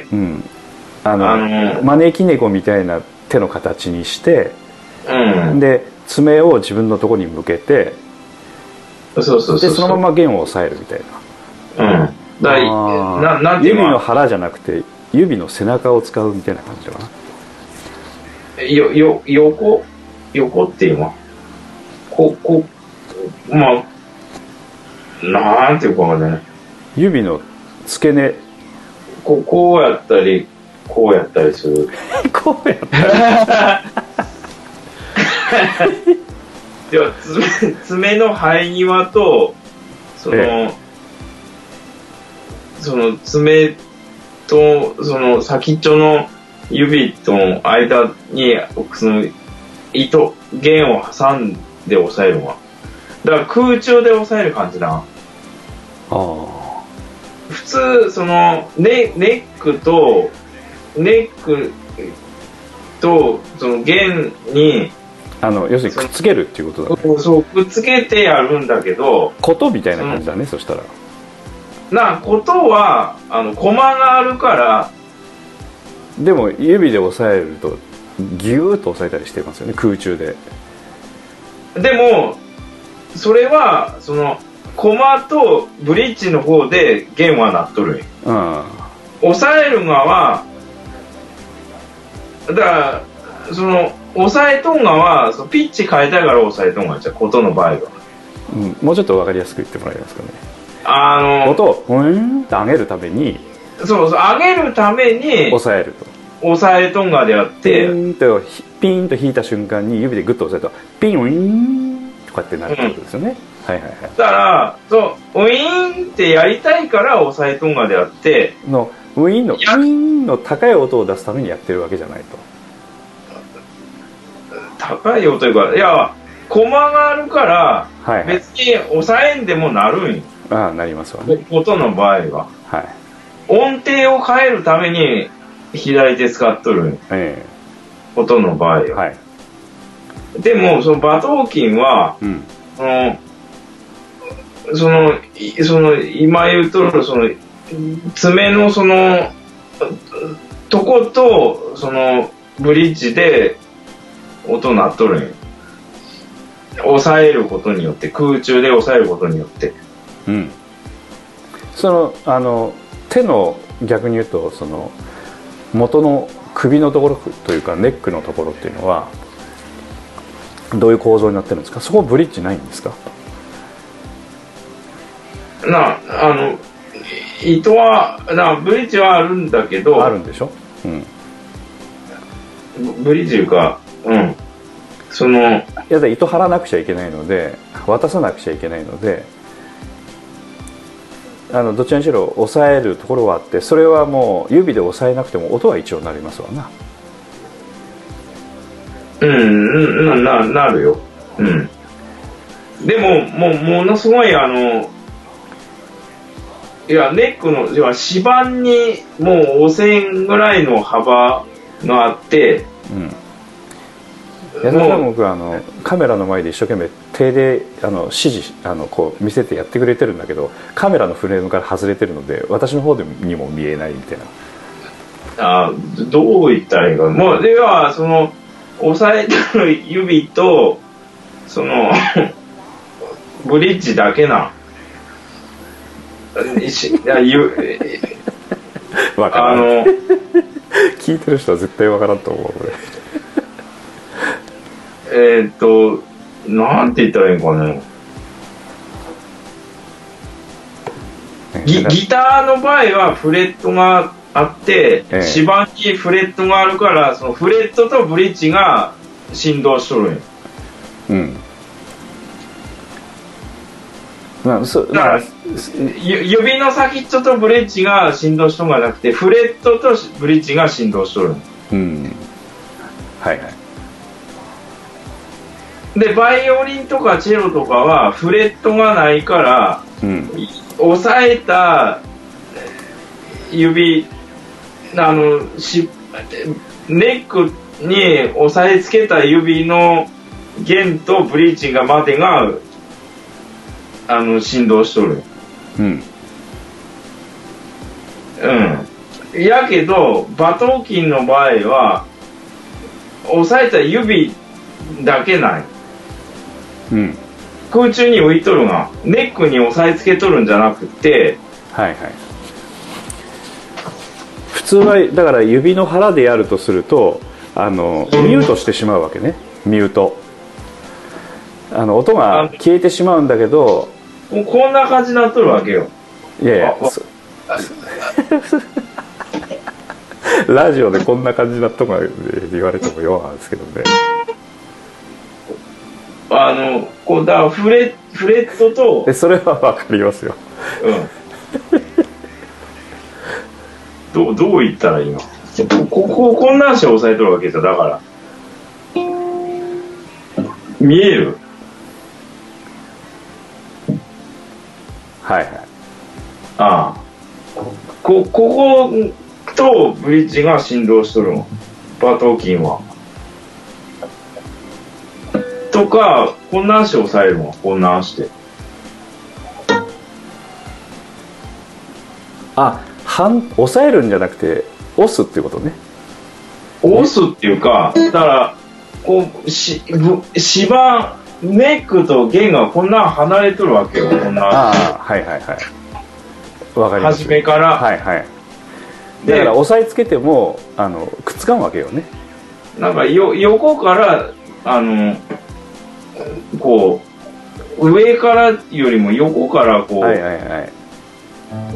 招き猫みたいな手の形にして、で爪を自分のところに向けて、でそのまま弦を押さえるみたいな。 なんていう指の腹じゃなくて指の背中を使うみたいな感じかな。 横っていうのはまあなんていうかわかんない。 指の付け根こうやったりこうやったりするこうやったりでは爪の生え際とその爪とその先っちょの指との間にその弦を挟んで押さえるわ。だから空中で押さえる感じだ。普通そのネックとその弦に要するにくっつけるっていうことだね。 そうくっつけてやるんだけど、 琴みたいな感じだね。そしたら琴はコマがあるから。 でも指で押さえるとギューッと押さえたりしてますよね、空中で。でもそれはそのコマとブリッジの方で弦は鳴っとるんよ。押さえる側だからその押さえとん側そのピッチ変えたいから押さえとん側じゃ琴の場合は、 もうちょっと分かりやすく言ってもらえますかね。音をふんって上げるために上げるために押さえると。 押さえとんがであってピンと引いた瞬間に指でグッと押さえるとピンウィーンとかってなるってことですよね。はいはいはい。 だからウィーンってやりたいから押さえとんがであってウィーンの高い音を出すためにやってるわけじゃないと。 高い音というか、いやコマがあるから別に押さえんでもなるんよ。 なりますわね。 音の場合は、音程を変えるために左手使っとる、音の場合は、でもその馬頭琴は、その今言うとるその爪のそのとことそのブリッジで音鳴っとるんよ。抑えることによって、空中で抑えることによって、 その手の逆に言うとその元の首のところというかネックのところっていうのはどういう構造になってるんですか。そこブリッジないんですか。 糸はブリッジはあるんだけど、 あるんでしょ。 ブリッジいうか、その糸張らなくちゃいけないので渡さなくちゃいけないので、どちらにしろ押さえるところはあって、それはもう指で押さえなくても音は一応鳴りますわな。 なるよ。でもものすごいいやネックの指板にもう5線ぐらいの幅があって、 僕カメラの前で一生懸命手で指示こう見せてやってくれてるんだけど、カメラのフレームから外れてるので私の方にも見えないみたいな。 どう言ったらいいか。もうではその押さえてる指とそのブリッジだけな。 わからん。聞いてる人は絶対わからんと思うこれ。 なんて言ったらいいんかね。ギターの場合はフレットがあって、指板にフレットがあるから、そのフレットとブリッジが振動しとるんよ。だから指の先っちょとブリッジが振動しとるんじゃなくて、フレットとブリッジが振動しとるん。でバイオリンとかチェロとかはフレットがないから、押さえた指ネックに押さえつけた指の弦とブリッジがまでが振動しとる。やけど馬頭琴の場合は押さえた指だけない。空中に浮いとるがネックに押さえつけとるんじゃなくて、 普通はだから指の腹でやるとするとミュートしてしまうわけね。ミュート、音が消えてしまうんだけど、 こんな感じになっとるわけよ。 いやいやラジオでこんな感じになっとか言われてもようなんですけどね。こうだからフレットとそれは分かりますよ。 どう言ったらいいの？こんなんして押さえとるわけですよ。だから見える？ はいはい。 ああ、こことブリッジが振動しとるの、馬頭筋は。とかこんなんして押さえるの、こんなんして。 押さえるんじゃなくて押すっていうことね。 押すっていうか、だからこう芝ネックと弦がこんなん離れとるわけよ。こんな。 はいはいはい。わかります。 初めから。 はいはい。だから押さえつけてもくっつかんわけよね。 なんか横からこう上からよりも横からこう、はいはいはい、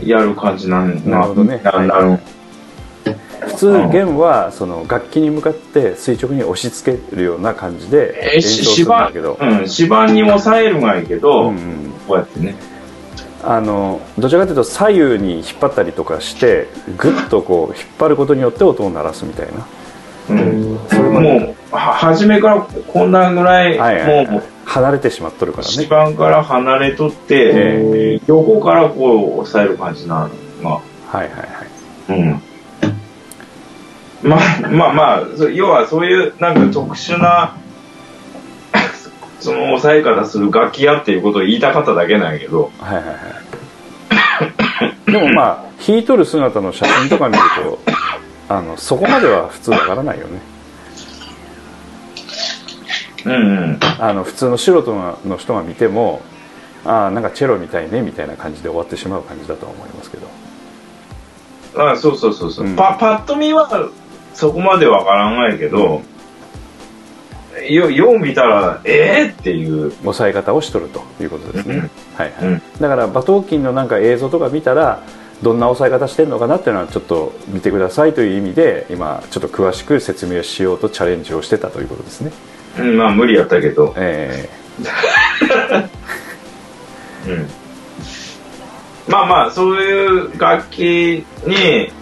やる感じなるほどね。 普通弦はその楽器に向かって垂直に押し付けるような感じで演奏するんだけど、 芝に押さえるがいいけど、こうやってね、 どちらかというと左右に引っ張ったりとかしてグッとこう引っ張ることによって音を鳴らすみたいな。 もう初めからこんなぐらい、もう離れてしまっとるからね。 指板から離れとって、横からこう押さえる感じなのが、はいはいはい。まあ要はそういうなんか特殊なその押さえ方する楽器やっていうことを言いたかっただけなんやけど、はいはいはい。でもまあ弾いとる姿の写真とか見るとそこまでは普通わからないよね。普通の素人の人が見てもなんかチェロみたいねみたいな感じで終わってしまう感じだとは思いますけど。そうそう、パッと見はそこまでわからんないけど、よう見たらっていう押さえ方をしとるということですね。はいはい。だから馬頭筋のなんか映像とか見たらどんな押さえ方してるのかなっていうのはちょっと見てくださいという意味で今ちょっと詳しく説明しようとチャレンジをしてたということですね。 まあ無理やったけど。まあそういう楽器に、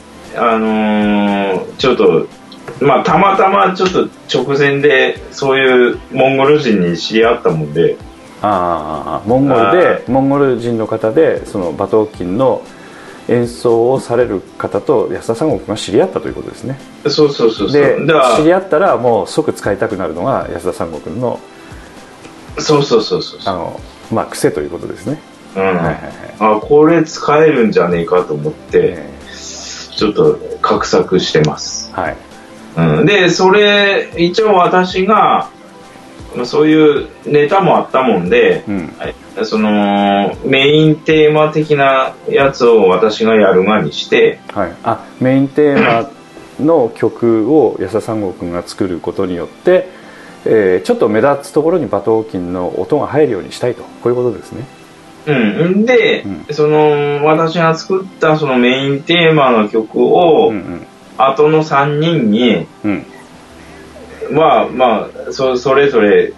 ちょっとまあたまたまちょっと直前でそういうモンゴル人に知り合ったもんで、モンゴル人の方でその馬頭筋の演奏をされる方と安田三国が知り合ったということですね。そうで知り合ったらもう即使いたくなるのが安田三国のまあ癖ということですね。これ使えるんじゃねえかと思って、ちょっと画策してます。でそれ一応私がそういうネタもあったもんで、そのメインテーマ的なやつを私がやるがにして、メインテーマの曲を安田三国が作ることによって、ちょっと目立つところに馬頭筋の音が入るようにしたいと、こういうことですね。で、その私が作ったそのメインテーマの曲を、後の3人に、まあそれぞれ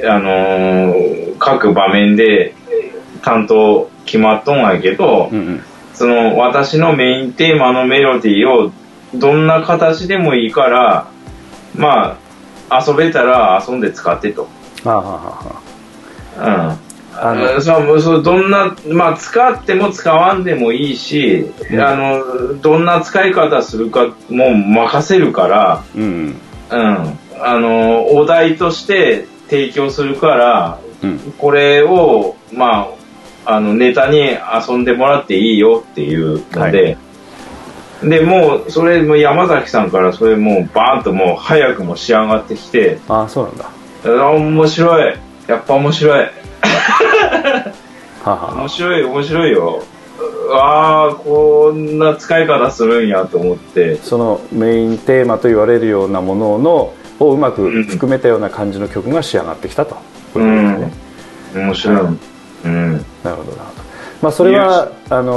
各場面で担当決まっとんやけど、その私のメインテーマのメロディーをどんな形でもいいからまあ遊べたら遊んで使ってと。どんなまあ使っても使わんでもいいし、どんな使い方するかも任せるから、お題として提供するから、これをまあネタに遊んでもらっていいよっていうので、でもうそれも山崎さんからそれもうバーンともう早くも仕上がってきて、そうなんだ。面白い、やっぱ面白い面白いよ。 こんな使い方するんやと思って、 そのメインテーマと言われるようなものをうまく含めたような感じの曲が仕上がってきたと、こういうことですね。 面白い。なるほどなるほど。まあそれは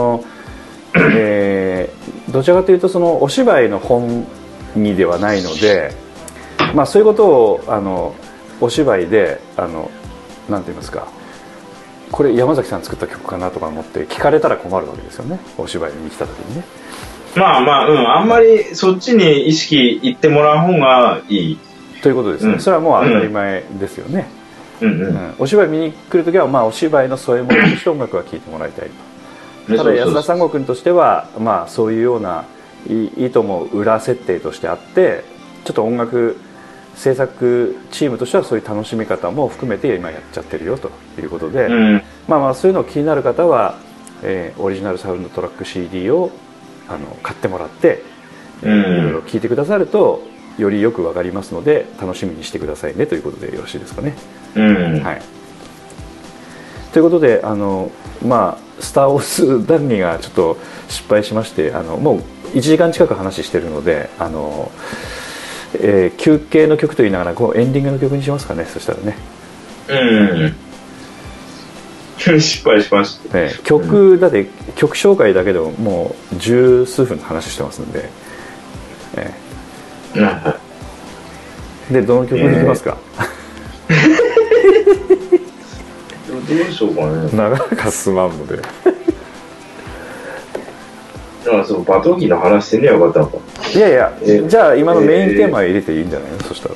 どちらかというとそのお芝居の本意ではないので、まあそういうことをお芝居でなんて言いますか、これ山崎さん作った曲かなとか思って聞かれたら困るわけですよね、お芝居に来た時にね。 あんまりそっちに意識いってもらう方がいいということですね。それはもう当たり前ですよね。お芝居見に来る時は、まあお芝居の添え物として音楽は聴いてもらいたいと。ただ安田三郷君としては、まあそういうようないいと思う裏設定としてあって、ちょっと音楽制作チームとしてはそういう楽しみ方も含めて今やっちゃってるよということで、まあそういうの気になる方は、オリジナルサウンドトラック CD を買ってもらって、いろいろ聴いてくださるとよりよくわかりますので、楽しみにしてくださいねということでよろしいですかね。はい、ということでまあスター・ウォーズ談義がちょっと失敗しまして、もう1時間近く話してるので休憩の曲と言いながらエンディングの曲にしますかね。そしたらね、 失敗しました、 曲だって曲紹介だけでももう十数分の話してますんで、でどの曲に行きますか。 どうしようかね。 なかなかすまんのでだからその馬頭琴の話してんねやよかったのか。 いやいや、じゃあ今のメインテーマ入れていいんじゃないの、そしたら。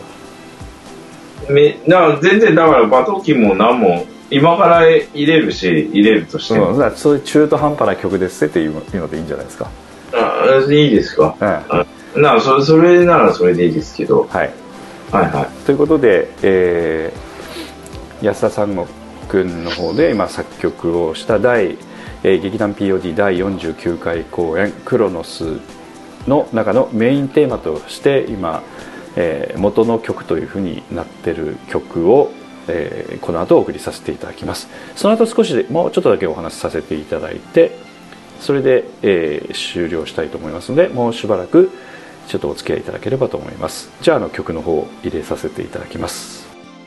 全然だから馬頭琴も何も今から入れるとしても、 そういう中途半端な曲ですっていうのでいいんじゃないですか。 いいですか。それならそれでいいですけど、はいということで、安田三郷君の方で今作曲をした劇団 POD 第49回公演クロノスの中のメインテーマとして今、元の曲というふうになっている曲を、この後お送りさせていただきます。その後少しでもうちょっとだけお話しさせていただいて、それで、終了したいと思いますので、もうしばらくちょっとお付き合いいただければと思います。じゃあ曲の方を入れさせていただきます。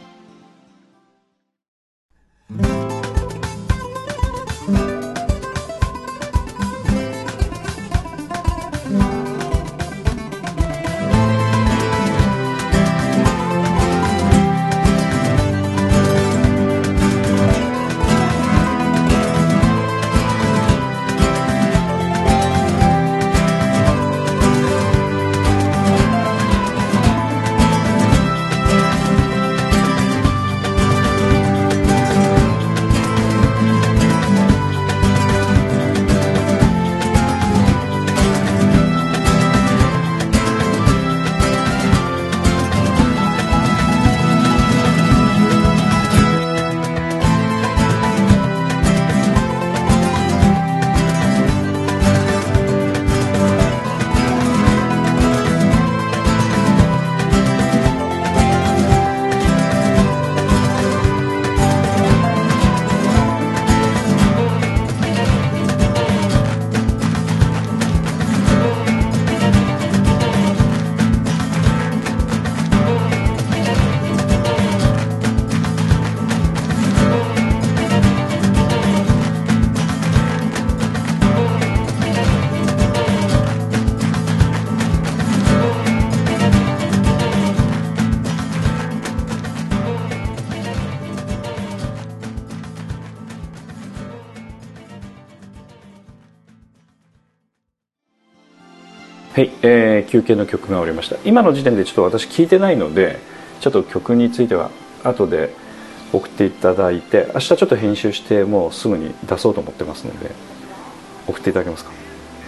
はい、休憩の曲が終わりました。今の時点でちょっと私聞いてないので、ちょっと曲については後で送っていただいて、明日ちょっと編集してもうすぐに出そうと思ってますので送っていただけますか。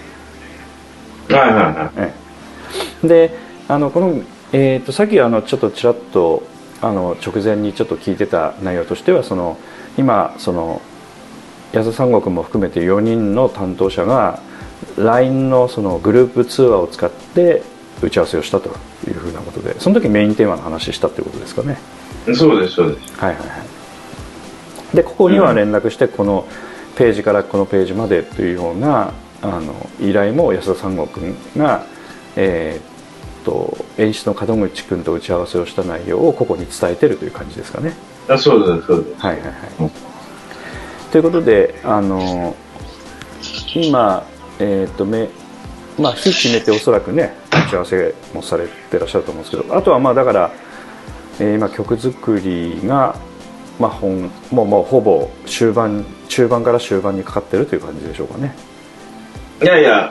でこの、さっきちょっとちらっと直前にちょっと聞いてた内容としては、今安田三郷君も含めて4人の担当者が LINE のグループ通話を使って打ち合わせをしたというふうなことで、その時メインテーマの話したということですかね。 そうですそうです。 でここには連絡して、このページからこのページまでというような依頼も安田三郷君が、演出の門口君と打ち合わせをした内容をここに伝えてるという感じですかね。 そうですそうです。 はいはいはい、ということで今日決めておそらくね打ち合わせもされてらっしゃると思うんですけど、あとはだから、今曲作りが、もうほぼ中盤から終盤にかかってるという感じでしょうかね。 いやいや、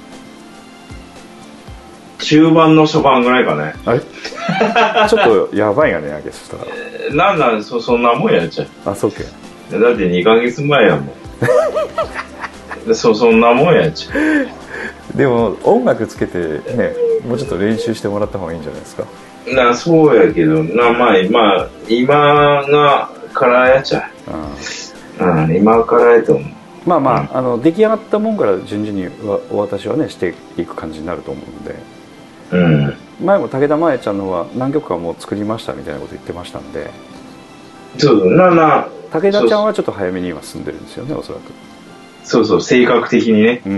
中盤の初盤ぐらいかね。 あれちょっとやばいがね、あげそしたらそんなもんやっちゃう。 あ、そうか。だって2ヶ月前やもんそんなもんやっちゃう。でも音楽つけてね、もうちょっと練習してもらった方がいいんじゃないですか。 そうやけど今がからやっちゃう。今からやと思う。 出来上がったもんから順々にお渡しはねしていく感じになると思うんで、前も武田真弥ちゃんのは何曲かもう作りましたみたいなこと言ってましたんで、 武田ちゃんはちょっと早めに今進んでるんですよね、おそらく。 そう性格的にね、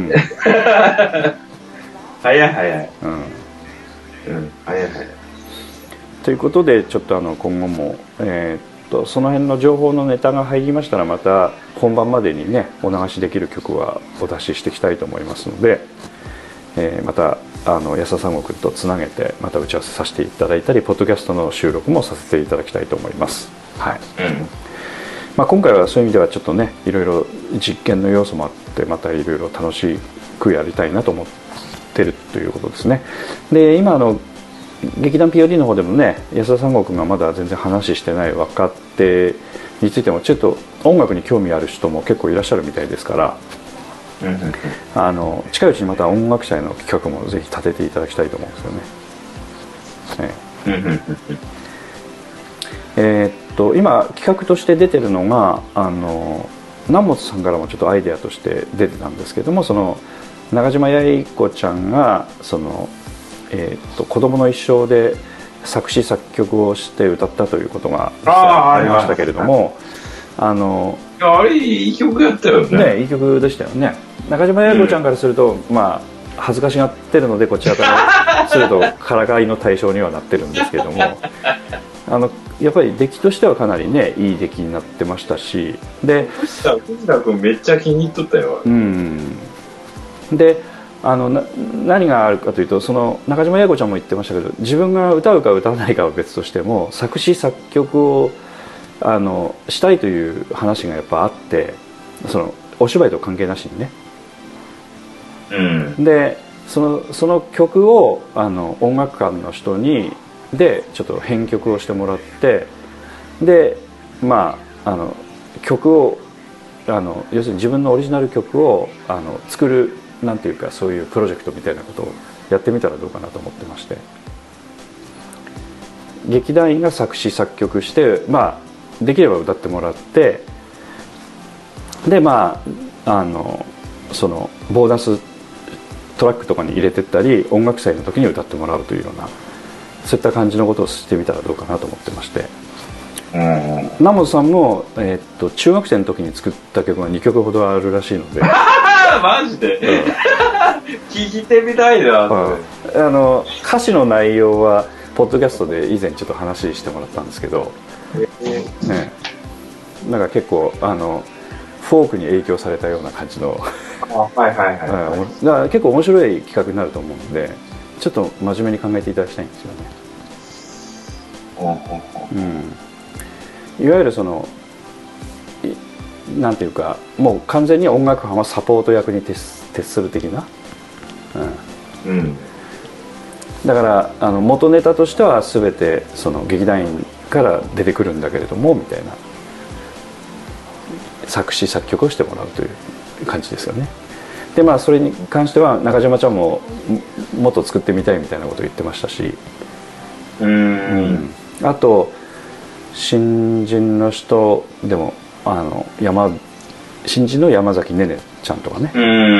早い、早い。 ということでちょっと今後もその辺の情報のネタが入りましたらまた本番までにねお流しできる曲はお出ししていきたいと思いますので、また安田三郷君とつなげてまた打ち合わせさせていただいたりポッドキャストの収録もさせていただきたいと思います。はい。今回はそういう意味ではちょっとねいろいろ実験の要素もあってまたいろいろ楽しくやりたいなと思ってるということですね。で今劇団 POD の方でもね安田三郷君がまだ全然話してない若手についてもちょっと音楽に興味ある人も結構いらっしゃるみたいですから、近いうちにまた音楽祭の企画もぜひ立てていただきたいと思うんですよね。今企画として出てるのが南本さんからもちょっとアイデアとして出てたんですけども、その中島八重子ちゃんが子供の一生で作詞作曲をして歌ったということがありましたけれども、 あれいい曲やったよね。 いい曲でしたよね。中島八重子ちゃんからすると、恥ずかしがってるのでこちらからするとからかいの対象にはなってるんですけどもやっぱり出来としてはかなりねいい出来になってましたし、で藤田君めっちゃ気に入っとったよ。 で何があるかというと、その中島八重子ちゃんも言ってましたけど、自分が歌うか歌わないかは別としても作詞作曲をしたいという話がやっぱあって、そのお芝居と関係なしにね、でその曲を音楽館の人にちょっと編曲をしてもらって、で曲を要するに自分のオリジナル曲を作るなんていうか、そういうプロジェクトみたいなことをやってみたらどうかなと思ってまして、劇団員が作詞作曲して、できれば歌ってもらって、でそのボーナストラックとかに入れてったり音楽祭の時に歌ってもらうというような、そういった感じのことをしてみたらどうかなと思ってまして、南本さんも、中学生の時に作った曲が2曲ほどあるらしいのでマジで、聞いてみたいな。 歌詞の内容はポッドキャストで以前ちょっと話してもらったんですけど、なんか結構フォークに影響されたような感じのだから結構面白い企画になると思うんで、ちょっと真面目に考えていただきたいんですよね。いわゆるそのなんていうか、もう完全に音楽班はサポート役に徹する的な、だから元ネタとしては全てその劇団員から出てくるんだけれどもみたいな作詞作曲をしてもらうという感じですよね。でそれに関しては中島ちゃんももっと作ってみたいみたいなことを言ってましたし、あと新人の人でも新人の山崎ねねちゃんとかね、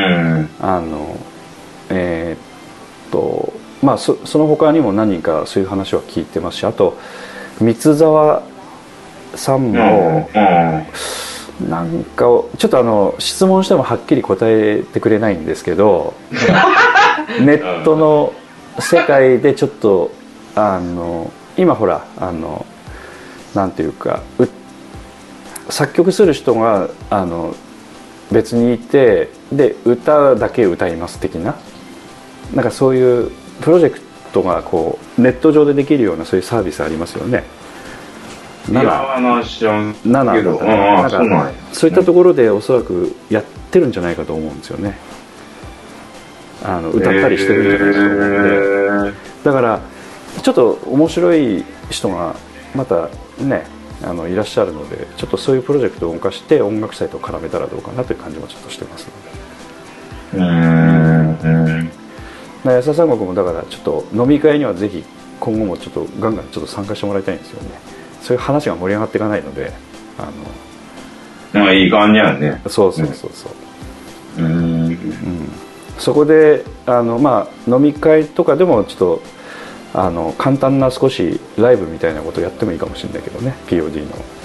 その他にも何人かそういう話は聞いてますし、あと三沢さんも、 なんかちょっと質問してもはっきり答えてくれないんですけどネットの世界でちょっと今ほらなんていうか作曲する人が別にいてで歌だけ歌います的な、なんかそういうプロジェクトがこうネット上でできるようなそういうサービスありますよね。 知らんけど、 なんかそういったところでおそらくやってるんじゃないかと思うんですよね。歌ったりしてるんじゃないかと思うので、だからちょっと面白い人がまたねいらっしゃるので、ちょっとそういうプロジェクトを動かして音楽祭と絡めたらどうかなという感じもちょっとしてますので、安田三国もだからちょっと飲み会にはぜひ今後もちょっとガンガンちょっと参加してもらいたいんですよね。そういう話が盛り上がっていかないので、 まあいい感じやね。 そうそうそうそう、そこでまあ飲み会とかでもちょっと簡単な少しライブみたいなことをやってもいいかもしれないけどね、 POD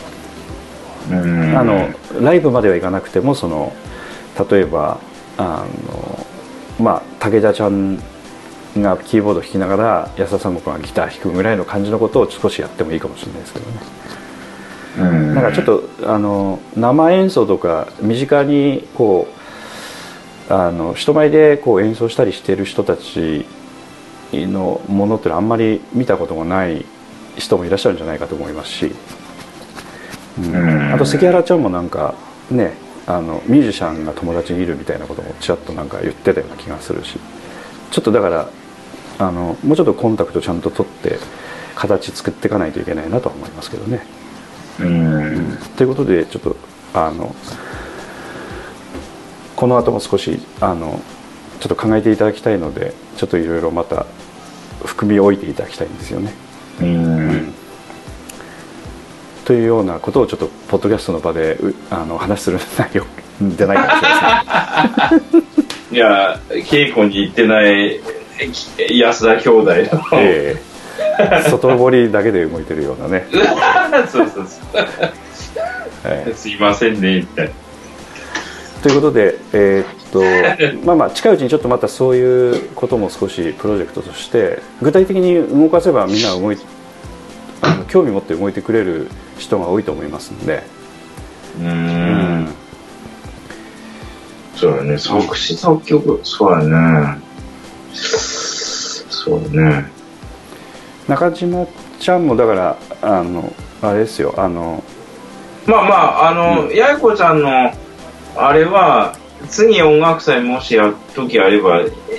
のライブまではいかなくても例えばまあ武田ちゃんがキーボード弾きながら安田三国がギター弾くぐらいの感じのことを少しやってもいいかもしれないですけどね。なんかちょっと生演奏とか身近にこう人前でこう演奏したりしている人たちのものってのはあんまり見たことがない人もいらっしゃるんじゃないかと思いますし、あと関原ちゃんもなんかねミュージシャンが友達にいるみたいなこともちらっとなんか言ってたような気がするし、ちょっとだからもうちょっとコンタクトちゃんと取って形作っていかないといけないなとは思いますけどね。ということでちょっとこの後も少しちょっと考えていただきたいので、ちょっといろいろまた含みを置いていただきたいんですよね。というようなことをちょっとポッドキャストの場で話する内容じゃないかもしれません。 いや稽古に行ってない安田兄弟の、 外堀だけで動いてるようなね。 そうそうそう、すいませんねみたいな。 ということで、まあ近いうちにちょっとまたそういうことも少しプロジェクトとして具体的に動かせばみんな興味持って動いてくれる人が多いと思いますので。 そうだね、作詞作曲、そうだね、そうだね。 中島ちゃんもだからあれですよ、まあまあ八重子ちゃんのあれは次音楽祭もしやる時あれば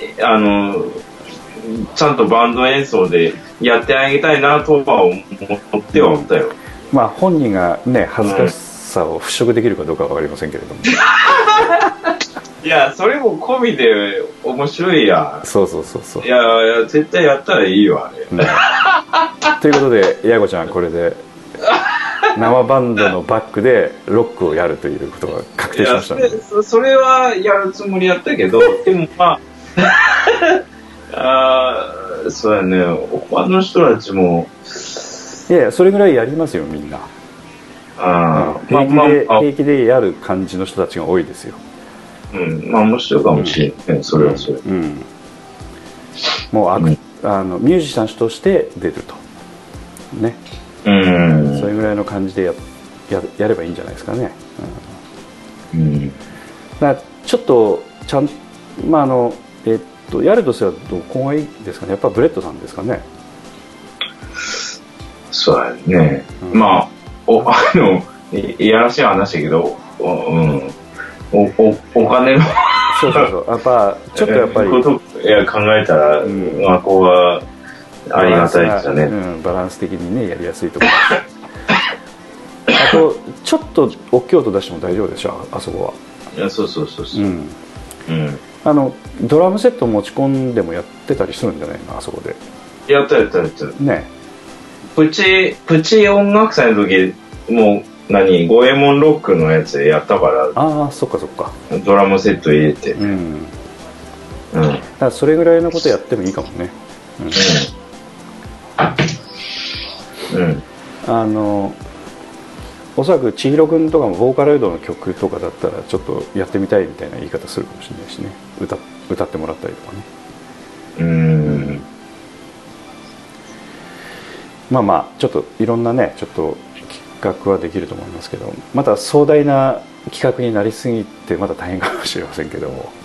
ちゃんとバンド演奏でやってあげたいなとは思ってはおったよ。 まあ本人がね恥ずかしさを払拭できるかどうかは分かりませんけれども。 いやそれも込みで面白いやん。 そうそうそうそう。 いや絶対やったらいいよあれ。 ということで八重子ちゃんこれで生バンドのバックでロックをやるということが確定しましたね。 それはやるつもりやったけどでもまあそうやね、他の人たちもいやいやそれぐらいやりますよみんな。平気でやる感じの人たちが多いですよ。 まあ面白いかもしれない、それはそれ。 もうミュージシャンとして出るとね。それぐらいの感じでやればいいんじゃないですかね。だからちょっとちゃんまあやるとしたらどこがいいですかね。やっぱブレッドさんですかね。 そうだね。まあいやらしい話だけど、お金のそうやっぱちょっとやっぱりこと考えたら、まあここはありがたいですよね。 バランス的にねやりやすいところ。あとちょっと大きい音出しても大丈夫でしょあそこは。 いやそう。 ドラムセット持ち込んでもやってたりするんじゃないのあそこで。 やったね。プチ音楽祭の時もう五右衛門ロックのやつやったから。 ああそっか。 ドラムセット入れて。 だからそれぐらいのことやってもいいかもね。 おそらく千尋くんとかもボーカロイドの曲とかだったらちょっとやってみたいみたいな言い方するかもしれないしね、歌ってもらったりとかね。まあまあちょっといろんなねちょっと企画はできると思いますけど、また壮大な企画になりすぎてまだ大変かもしれませんけども、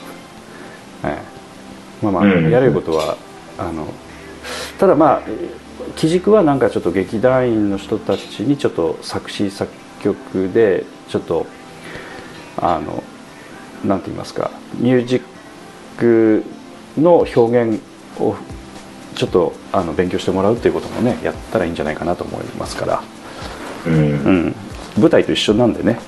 まあまあやれることはただまあ基軸はなんかちょっと劇団員の人たちにちょっと作詞作曲でちょっとなんて言いますか、ミュージックの表現をちょっと勉強してもらうっていうこともねやったらいいんじゃないかなと思いますから、舞台と一緒なんでね。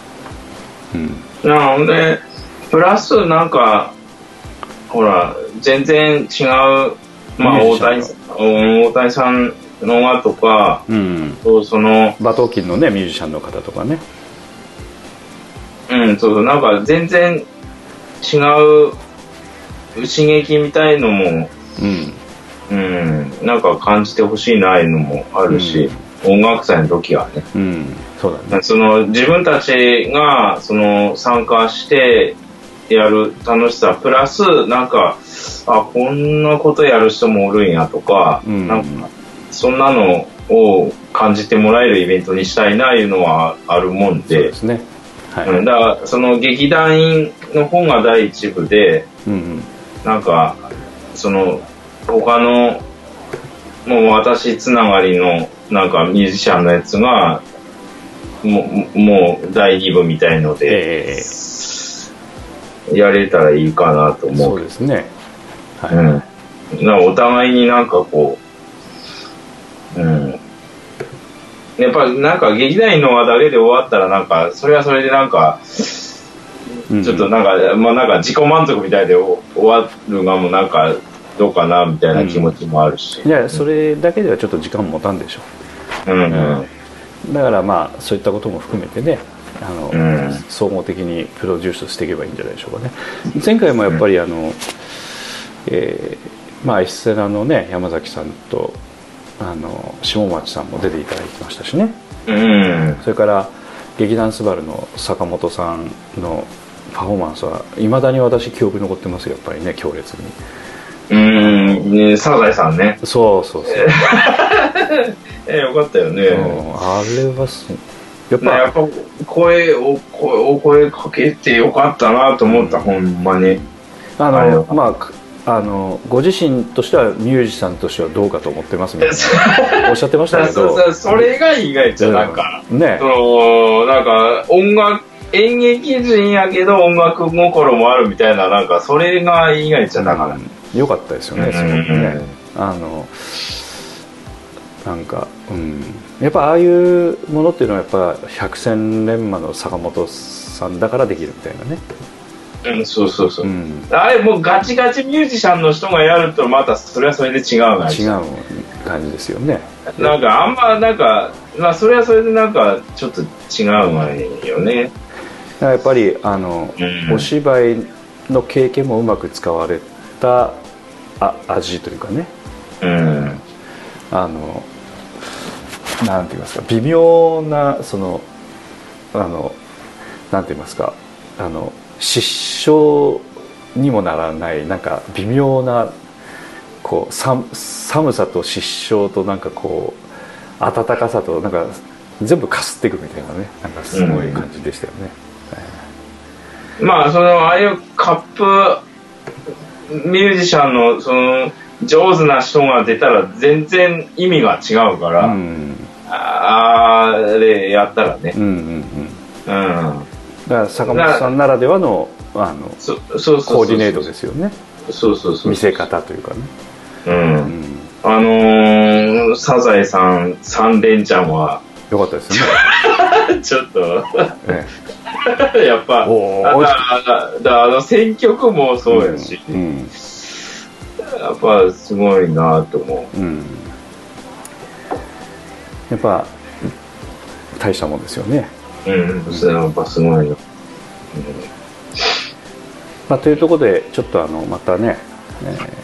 なのでプラスなんかほら全然違う、まあ大谷さんの音楽とか、その馬頭琴のねミュージシャンの方とかね、 そうなんか全然違う刺激みたいのも、なんか感じてほしいないうのもあるし、音楽祭の時はね、 そうだね、 その自分たちがその参加してやる楽しさプラスなんかこんなことやる人もおるんやとか、なんかそんなのを感じてもらえるイベントにしたいないうのはあるもんで、そうですね、だからその劇団員の方が第一部で、なんかその他のもう私つながりのなんかミュージシャンのやつがもう第2部みたいので、やれたらいいかなと思う。 そうですね、 なんかお互いになんかこう、やっぱりなんか劇団員のだけで終わったらなんかそれはそれでなんかちょっとなんか、まあなんか自己満足みたいで終わるがもうなんかどうかなみたいな気持ちもあるし、 いやそれだけではちょっと時間もたんでしょう、だからまあそういったことも含めてね総合的にプロデュースしていけばいいんじゃないでしょうかね。前回もやっぱりまあエスセラのね山崎さんと下町さんも出ていただいてましたしね、それから劇団スバルの坂本さんのパフォーマンスはいまだに私記憶に残ってますよ、やっぱりね、強烈に。 サザエさんね。 そうよかったよね。 あれはやっぱ声かけてよかったなと思った、ほんまに。 まあご自身としてはミュージシャンとしてはどうかと思ってますみたいなおっしゃってましたけどそれが意外じゃなんか、 ね、 なんか演劇人やけど音楽心もあるみたいな、なんかそれが意外じゃだから、 よかったですよね、すごくね。なんか、やっぱああいうものっていうのはやっぱ百戦錬磨の坂本さんだからできるみたいなね。 そう、あれもうガチガチミュージシャンの人がやるとまたそれはそれで違う感じですよね。 なんかあんまなんか、まあそれはそれでなんかちょっと違うわよね。 やっぱりお芝居の経験もうまく使われた味というかね、なんて言いますか、微妙なそのなんて言いますか、失笑にもならないなんか微妙なこう寒さと失笑となんかこう温かさとなんか全部かすっていくみたいなね、なんかすごい感じでしたよね。 まあああいうカップミュージシャンのその上手な人が出たら全然意味が違うから、あれやったらね、 だから坂本さんならではのコーディネートですよね。見せ方というかね。 サザエさん3連チャンはよかったですね。 ちょっとやっぱ選曲もそうやし、やっぱすごいなと思う。 やっぱ大したもんですよね。 それはやっぱすごいよ。 というところでちょっとまた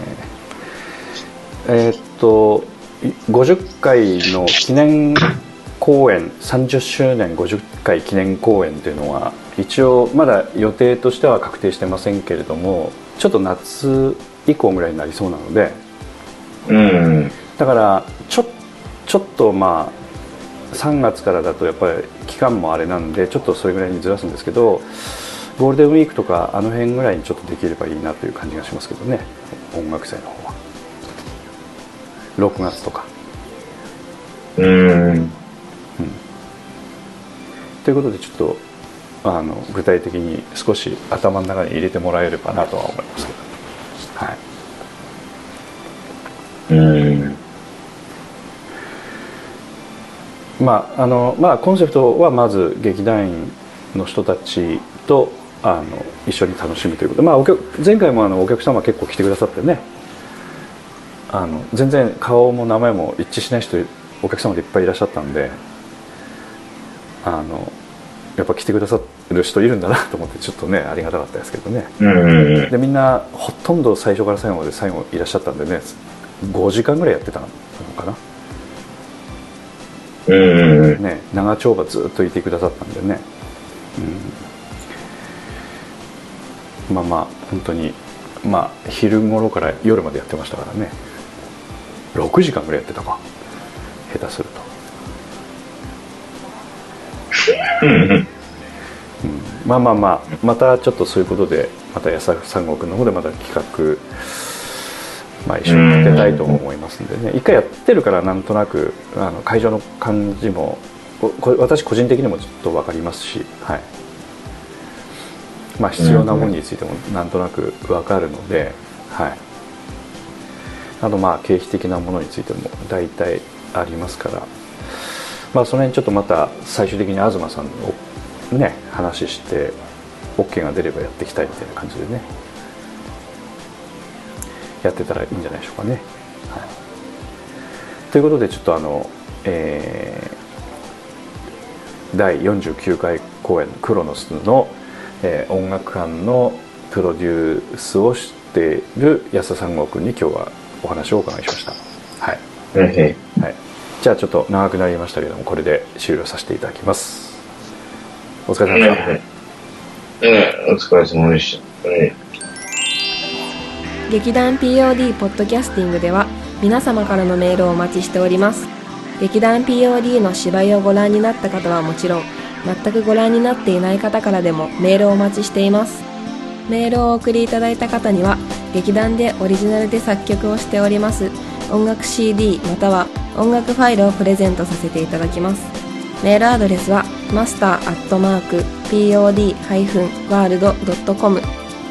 ね、50回の記念公演30周年50回記念公演というのは一応まだ予定としては確定してませんけれども、ちょっと夏以降ぐらいになりそうなので、だからちょっとまあ3月からだとやっぱり期間もあれなんでちょっとそれぐらいにずらすんですけど、ゴールデンウィークとかあの辺ぐらいにちょっとできればいいなという感じがしますけどね、音楽祭の方は6月とか。ということでちょっと具体的に少し頭の中に入れてもらえればなとは思いますけど、はい。まあコンセプトはまず劇団員の人たちと一緒に楽しむということで、前回もお客様結構来てくださってね、全然顔も名前も一致しない人お客様でいっぱいいらっしゃったんで、やっぱ来てくださる人いるんだなと思ってちょっとねありがたかったですけどね、でみんなほとんど最初から最後まで最後いらっしゃったんでね、5時間ぐらいやってたのかな、ね、長丁場ずっといてくださったんでね、まあ本当に昼頃から夜までやってましたからね、6時間ぐらいやってたか下手すると。またちょっとそういうことでまた安田三国の方でまた企画、一緒に立てたいと思いますんでね、一回やってるからなんとなく会場の感じも私個人的にもちょっと分かりますし、はい、必要なものについてもなんとなく分かるので、はい、あと経費的なものについても大体ありますから、その辺ちょっとまた最終的に東さんをね話して OK が出ればやっていきたいみたいな感じでねやってたらいいんじゃないでしょうかね、はい、ということでちょっと第49回公演クロノスの、音楽館のプロデュースをしている安田三郷君に今日はお話をお伺いしました。はい、はい、じゃあちょっと長くなりましたけどもこれで終了させていただきます。お疲れ様でした。 お疲れ様でした。 劇団 POD ポッドキャスティングでは皆様からのメールをお待ちしております。劇団 POD の芝居をご覧になった方はもちろん、全くご覧になっていない方からでもメールをお待ちしています。メールをお送りいただいた方には劇団でオリジナルで作曲をしております音楽 CD または音楽ファイルをプレゼントさせていただきます。メールアドレスは master@pod-world.com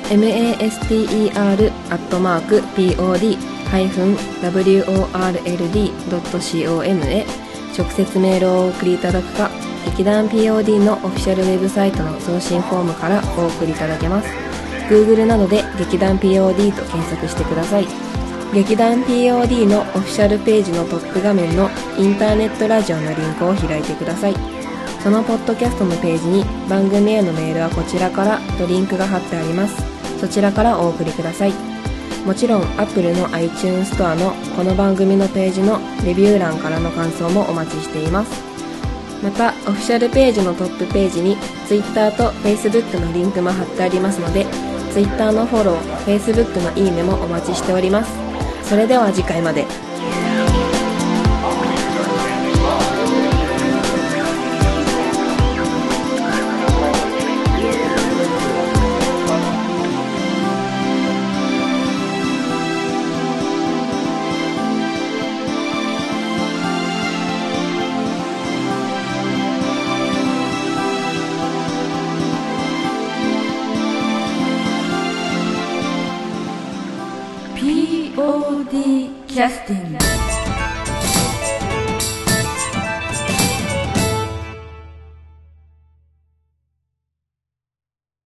master@pod-world.com へ直接メールをお送りいただくか、劇団 POD のオフィシャルウェブサイトの送信フォームからお送りいただけます。 Google などで劇団 POD と検索してください。劇団 POD のオフィシャルページのトップ画面のインターネットラジオのリンクを開いてください。そのポッドキャストのページに番組へのメールはこちらからとリンクが貼ってあります。そちらからお送りください。もちろん Apple の iTunes ストアのこの番組のページのレビュー欄からの感想もお待ちしています。またオフィシャルページのトップページに Twitter と Facebook のリンクも貼ってありますので、 Twitter のフォロー、 Facebook のいいねもお待ちしております。それでは次回まで。 POD キャスティング